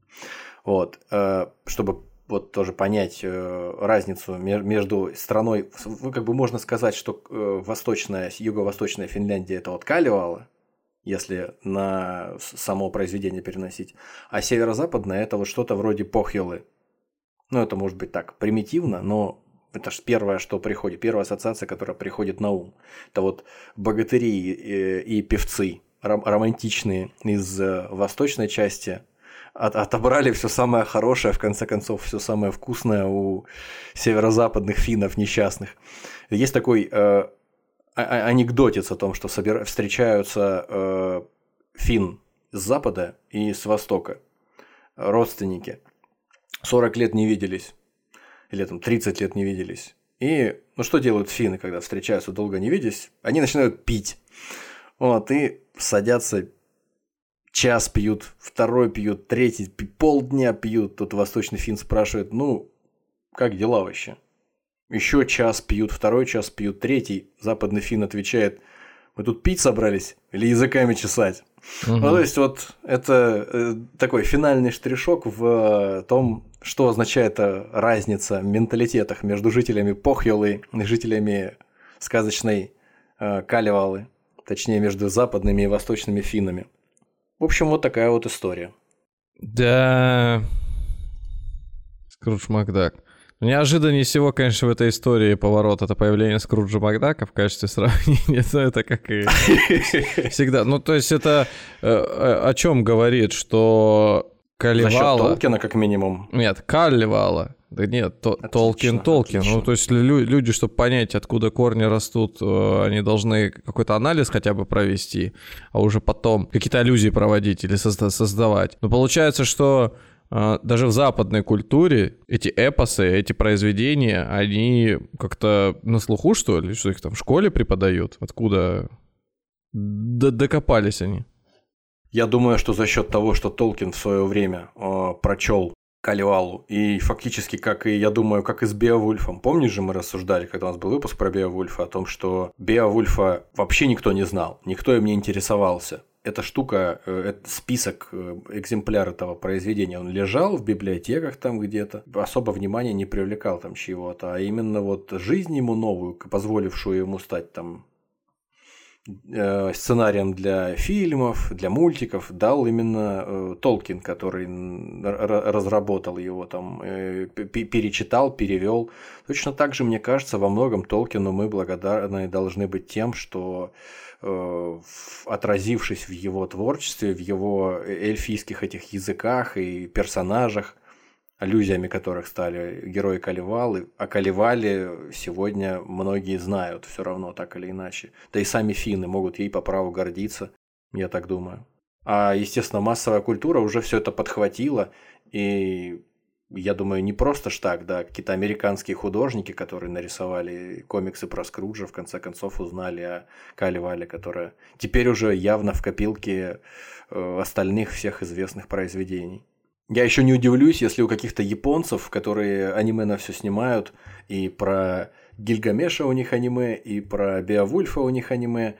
Вот. Чтобы вот тоже понять разницу между страной, как бы можно сказать, что юго-восточная Финляндия – это вот Калевала, если на само произведение переносить, а северо-западная – это вот что-то вроде Похьолы. Ну, это может быть так примитивно, но это же первое, что приходит, первая ассоциация, которая приходит на ум. Это вот богатыри и певцы романтичные из восточной части отобрали все самое хорошее, в конце концов, все самое вкусное у северо-западных финнов несчастных. Есть такой анекдотец о том, что встречаются финн с запада и с востока, родственники. 40 лет не виделись, или там 30 лет не виделись. И, ну, что делают финны, когда встречаются, долго не видясь? Они начинают пить. Вот, и садятся, час пьют, второй пьют, третий, полдня пьют. Тут восточный финн спрашивает, ну, как дела вообще? Еще час пьют, второй час пьют, третий. Западный финн отвечает, мы тут пить собрались или языками чесать? Ну, то есть, вот это такой финальный штришок в том, что означает разница в менталитетах между жителями Похьолы и жителями сказочной Калевалы, точнее, между западными и восточными финнами. В общем, вот такая вот история. Да, Скрудж Макдак. Неожиданнее всего, конечно, в этой истории поворот — это появление Скруджа Макдака в качестве сравнения. Но это как и всегда. Ну, то есть это о чем говорит, что Калевала... За счет Толкина, как минимум. Нет, Калевала. Да нет, Толкин. Ну, то есть люди, чтобы понять, откуда корни растут, они должны какой-то анализ хотя бы провести, а уже потом какие-то аллюзии проводить или создавать. Но получается, что даже в западной культуре эти эпосы, эти произведения, они как-то на слуху, что ли? Что их там в школе преподают? Откуда докопались они? Я думаю, что за счет того, что Толкин в свое время прочел Калевалу, и фактически, как и, я думаю, как и с Беовульфом. Помнишь же, мы рассуждали, когда у нас был выпуск про Беовульфа, о том, что Беовульфа вообще никто не знал, никто им не интересовался. Эта штука, этот список, экземпляр этого произведения, он лежал в библиотеках там где-то, особо внимания не привлекал там чего-то, а именно вот жизнь ему новую, позволившую ему стать там сценарием для фильмов, для мультиков, дал именно Толкин, который разработал его, там, перечитал, перевел. Точно так же, мне кажется, во многом Толкину мы благодарны должны быть тем, что отразившись в его творчестве, в его эльфийских этих языках и персонажах, аллюзиями которых стали герои Калевалы, о Калевале сегодня многие знают все равно, так или иначе. Да и сами финны могут ей по праву гордиться, я так думаю. А, естественно, массовая культура уже все это подхватила, и я думаю, не просто ж так, да, какие-то американские художники, которые нарисовали комиксы про Скруджа, в конце концов узнали о Калевале, которая теперь уже явно в копилке остальных всех известных произведений. Я еще не удивлюсь, если у каких-то японцев, которые аниме на все снимают, и про Гильгамеша у них аниме, и про Беовульфа у них аниме,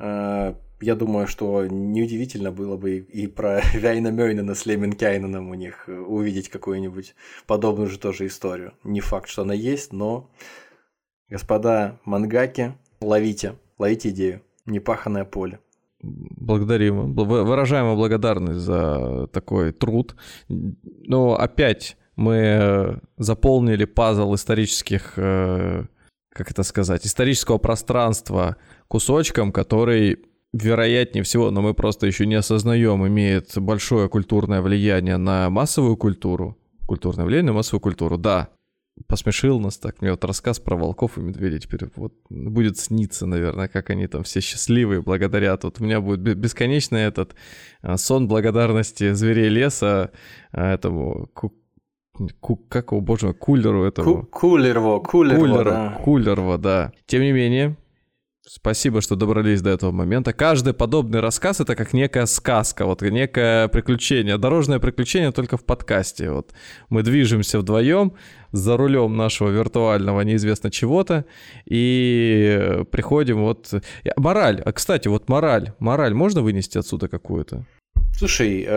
я думаю, что неудивительно было бы и про Вяйнамёйнена с Леменкайненом у них увидеть какую-нибудь подобную же тоже историю. Не факт, что она есть, но, господа мангаки, ловите идею. Непаханное поле. Благодарим. Выражаем благодарность за такой труд. Но опять мы заполнили пазл исторических, как это сказать, исторического пространства кусочком, который, вероятнее всего, но мы просто еще не осознаем, имеет большое культурное влияние на массовую культуру. Культурное влияние на массовую культуру, да. Посмешил нас так. Мне вот рассказ про волков и медведей теперь вот будет сниться, наверное, как они там все счастливые благодарят. Вот у меня будет бесконечный этот сон благодарности зверей леса этому как его, боже мой, Кулеру этому. Кулерво, да. Тем не менее, спасибо, что добрались до этого момента. Каждый подобный рассказ — это как некая сказка, вот некое приключение, дорожное приключение только в подкасте. Вот мы движемся вдвоем за рулем нашего виртуального неизвестно чего-то и приходим вот... Мораль, кстати, вот мораль можно вынести отсюда какую-то? Слушай,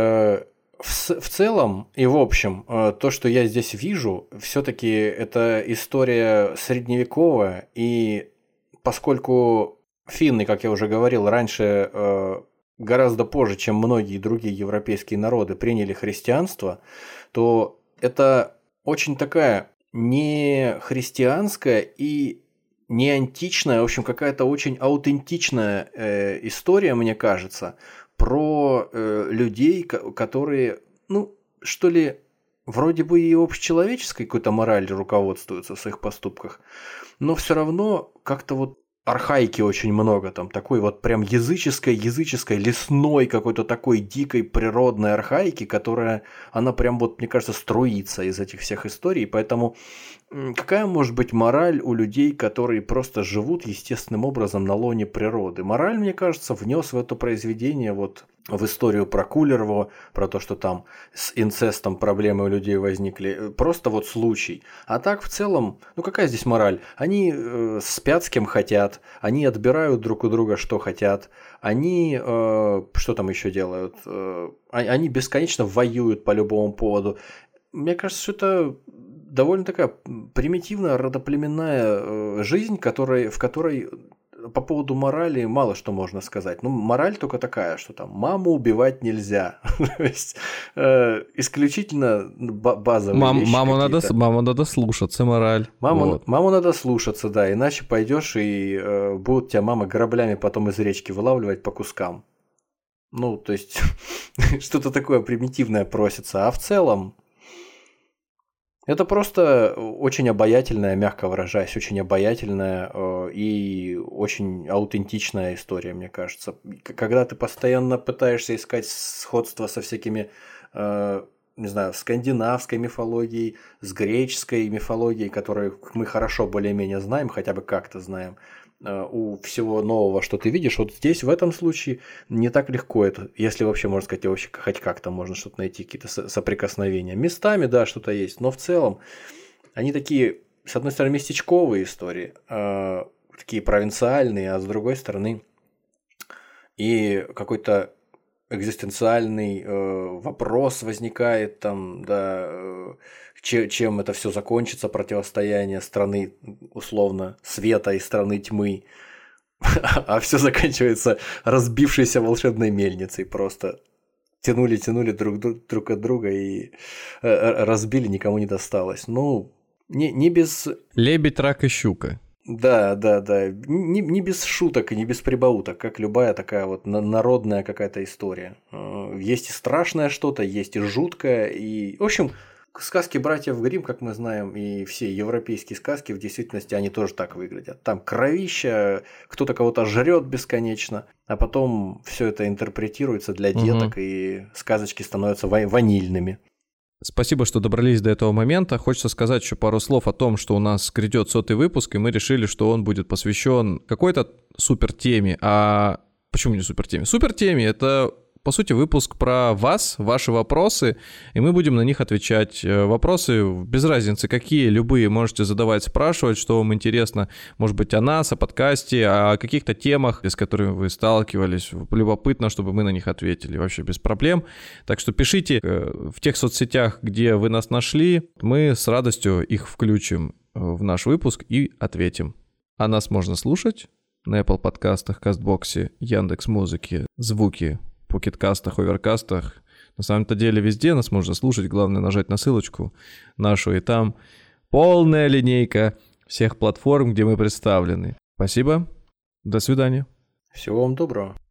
в целом и в общем, то, что я здесь вижу, все-таки это история средневековая, и поскольку финны, как я уже говорил, раньше гораздо позже, чем многие другие европейские народы, приняли христианство, то это очень такая не христианская и не античная, в общем, какая-то очень аутентичная история, мне кажется, про людей, которые, ну, что ли, вроде бы и общечеловеческой какой-то моралью руководствуются в своих поступках, но все равно как-то вот архаики очень много, там такой вот прям языческой, лесной какой-то такой дикой природной архаики, которая, она прям вот, мне кажется, струится из этих всех историй, поэтому какая может быть мораль у людей, которые просто живут естественным образом на лоне природы? Мораль, мне кажется, внес в это произведение вот в историю про Кулерово, про то, что там с инцестом проблемы у людей возникли. Просто вот случай. А так в целом, ну какая здесь мораль? Они спят с кем хотят, они отбирают друг у друга что хотят, они что там еще делают? Они бесконечно воюют по любому поводу. Мне кажется, что это довольно такая примитивная родоплеменная жизнь, в которой по поводу морали мало что можно сказать. Ну, мораль только такая, что там маму убивать нельзя. То есть исключительно базовые вещи. Маму надо слушаться, мораль. Маму надо слушаться, да, иначе пойдешь и будут тебя мама граблями потом из речки вылавливать по кускам. Ну, то есть что-то такое примитивное просится. А в целом это просто очень обаятельная, мягко выражаясь, очень обаятельная и очень аутентичная история, мне кажется. Когда ты постоянно пытаешься искать сходство со всякими, не знаю, скандинавской мифологией, с греческой мифологией, которую мы хорошо более-менее знаем, хотя бы как-то знаем, у всего нового, что ты видишь, вот здесь в этом случае не так легко это, если вообще, можно сказать, вообще хоть как-то можно что-то найти, какие-то соприкосновения. Местами, да, что-то есть, но в целом они такие, с одной стороны, местечковые истории, такие провинциальные, а с другой стороны и какой-то экзистенциальный вопрос возникает там, да, чем это все закончится, противостояние страны, условно, света и страны тьмы, а все заканчивается разбившейся волшебной мельницей, просто тянули друг от друга и разбили, никому не досталось. Ну, не без... Лебедь, рак и щука. Да. Не без шуток и не без прибауток, как любая такая вот народная какая-то история. Есть и страшное что-то, есть и жуткое, и... В общем, сказки братьев Гримм, как мы знаем, и все европейские сказки, в действительности они тоже так выглядят. Там кровища, кто-то кого-то жрет бесконечно, а потом все это интерпретируется для деток, и сказочки становятся ванильными. Спасибо, что добрались до этого момента. Хочется сказать еще пару слов о том, что у нас грядет 100-й выпуск, и мы решили, что он будет посвящен какой-то супертеме. А почему не супертеме? Супертеме — это, по сути, выпуск про вас, ваши вопросы, и мы будем на них отвечать. Вопросы без разницы какие, любые можете задавать, спрашивать, что вам интересно, может быть, о нас, о подкасте, о каких-то темах, с которыми вы сталкивались. Любопытно, чтобы мы на них ответили, вообще без проблем. Так что пишите в тех соцсетях, где вы нас нашли, мы с радостью их включим в наш выпуск и ответим. А нас можно слушать на Apple подкастах, Кастбоксе, Яндекс.Музыке, Звуки, Покеткастах, Оверкастах. На самом-то деле везде нас можно слушать. Главное нажать на ссылочку нашу, и там полная линейка всех платформ, где мы представлены. Спасибо. До свидания. Всего вам доброго.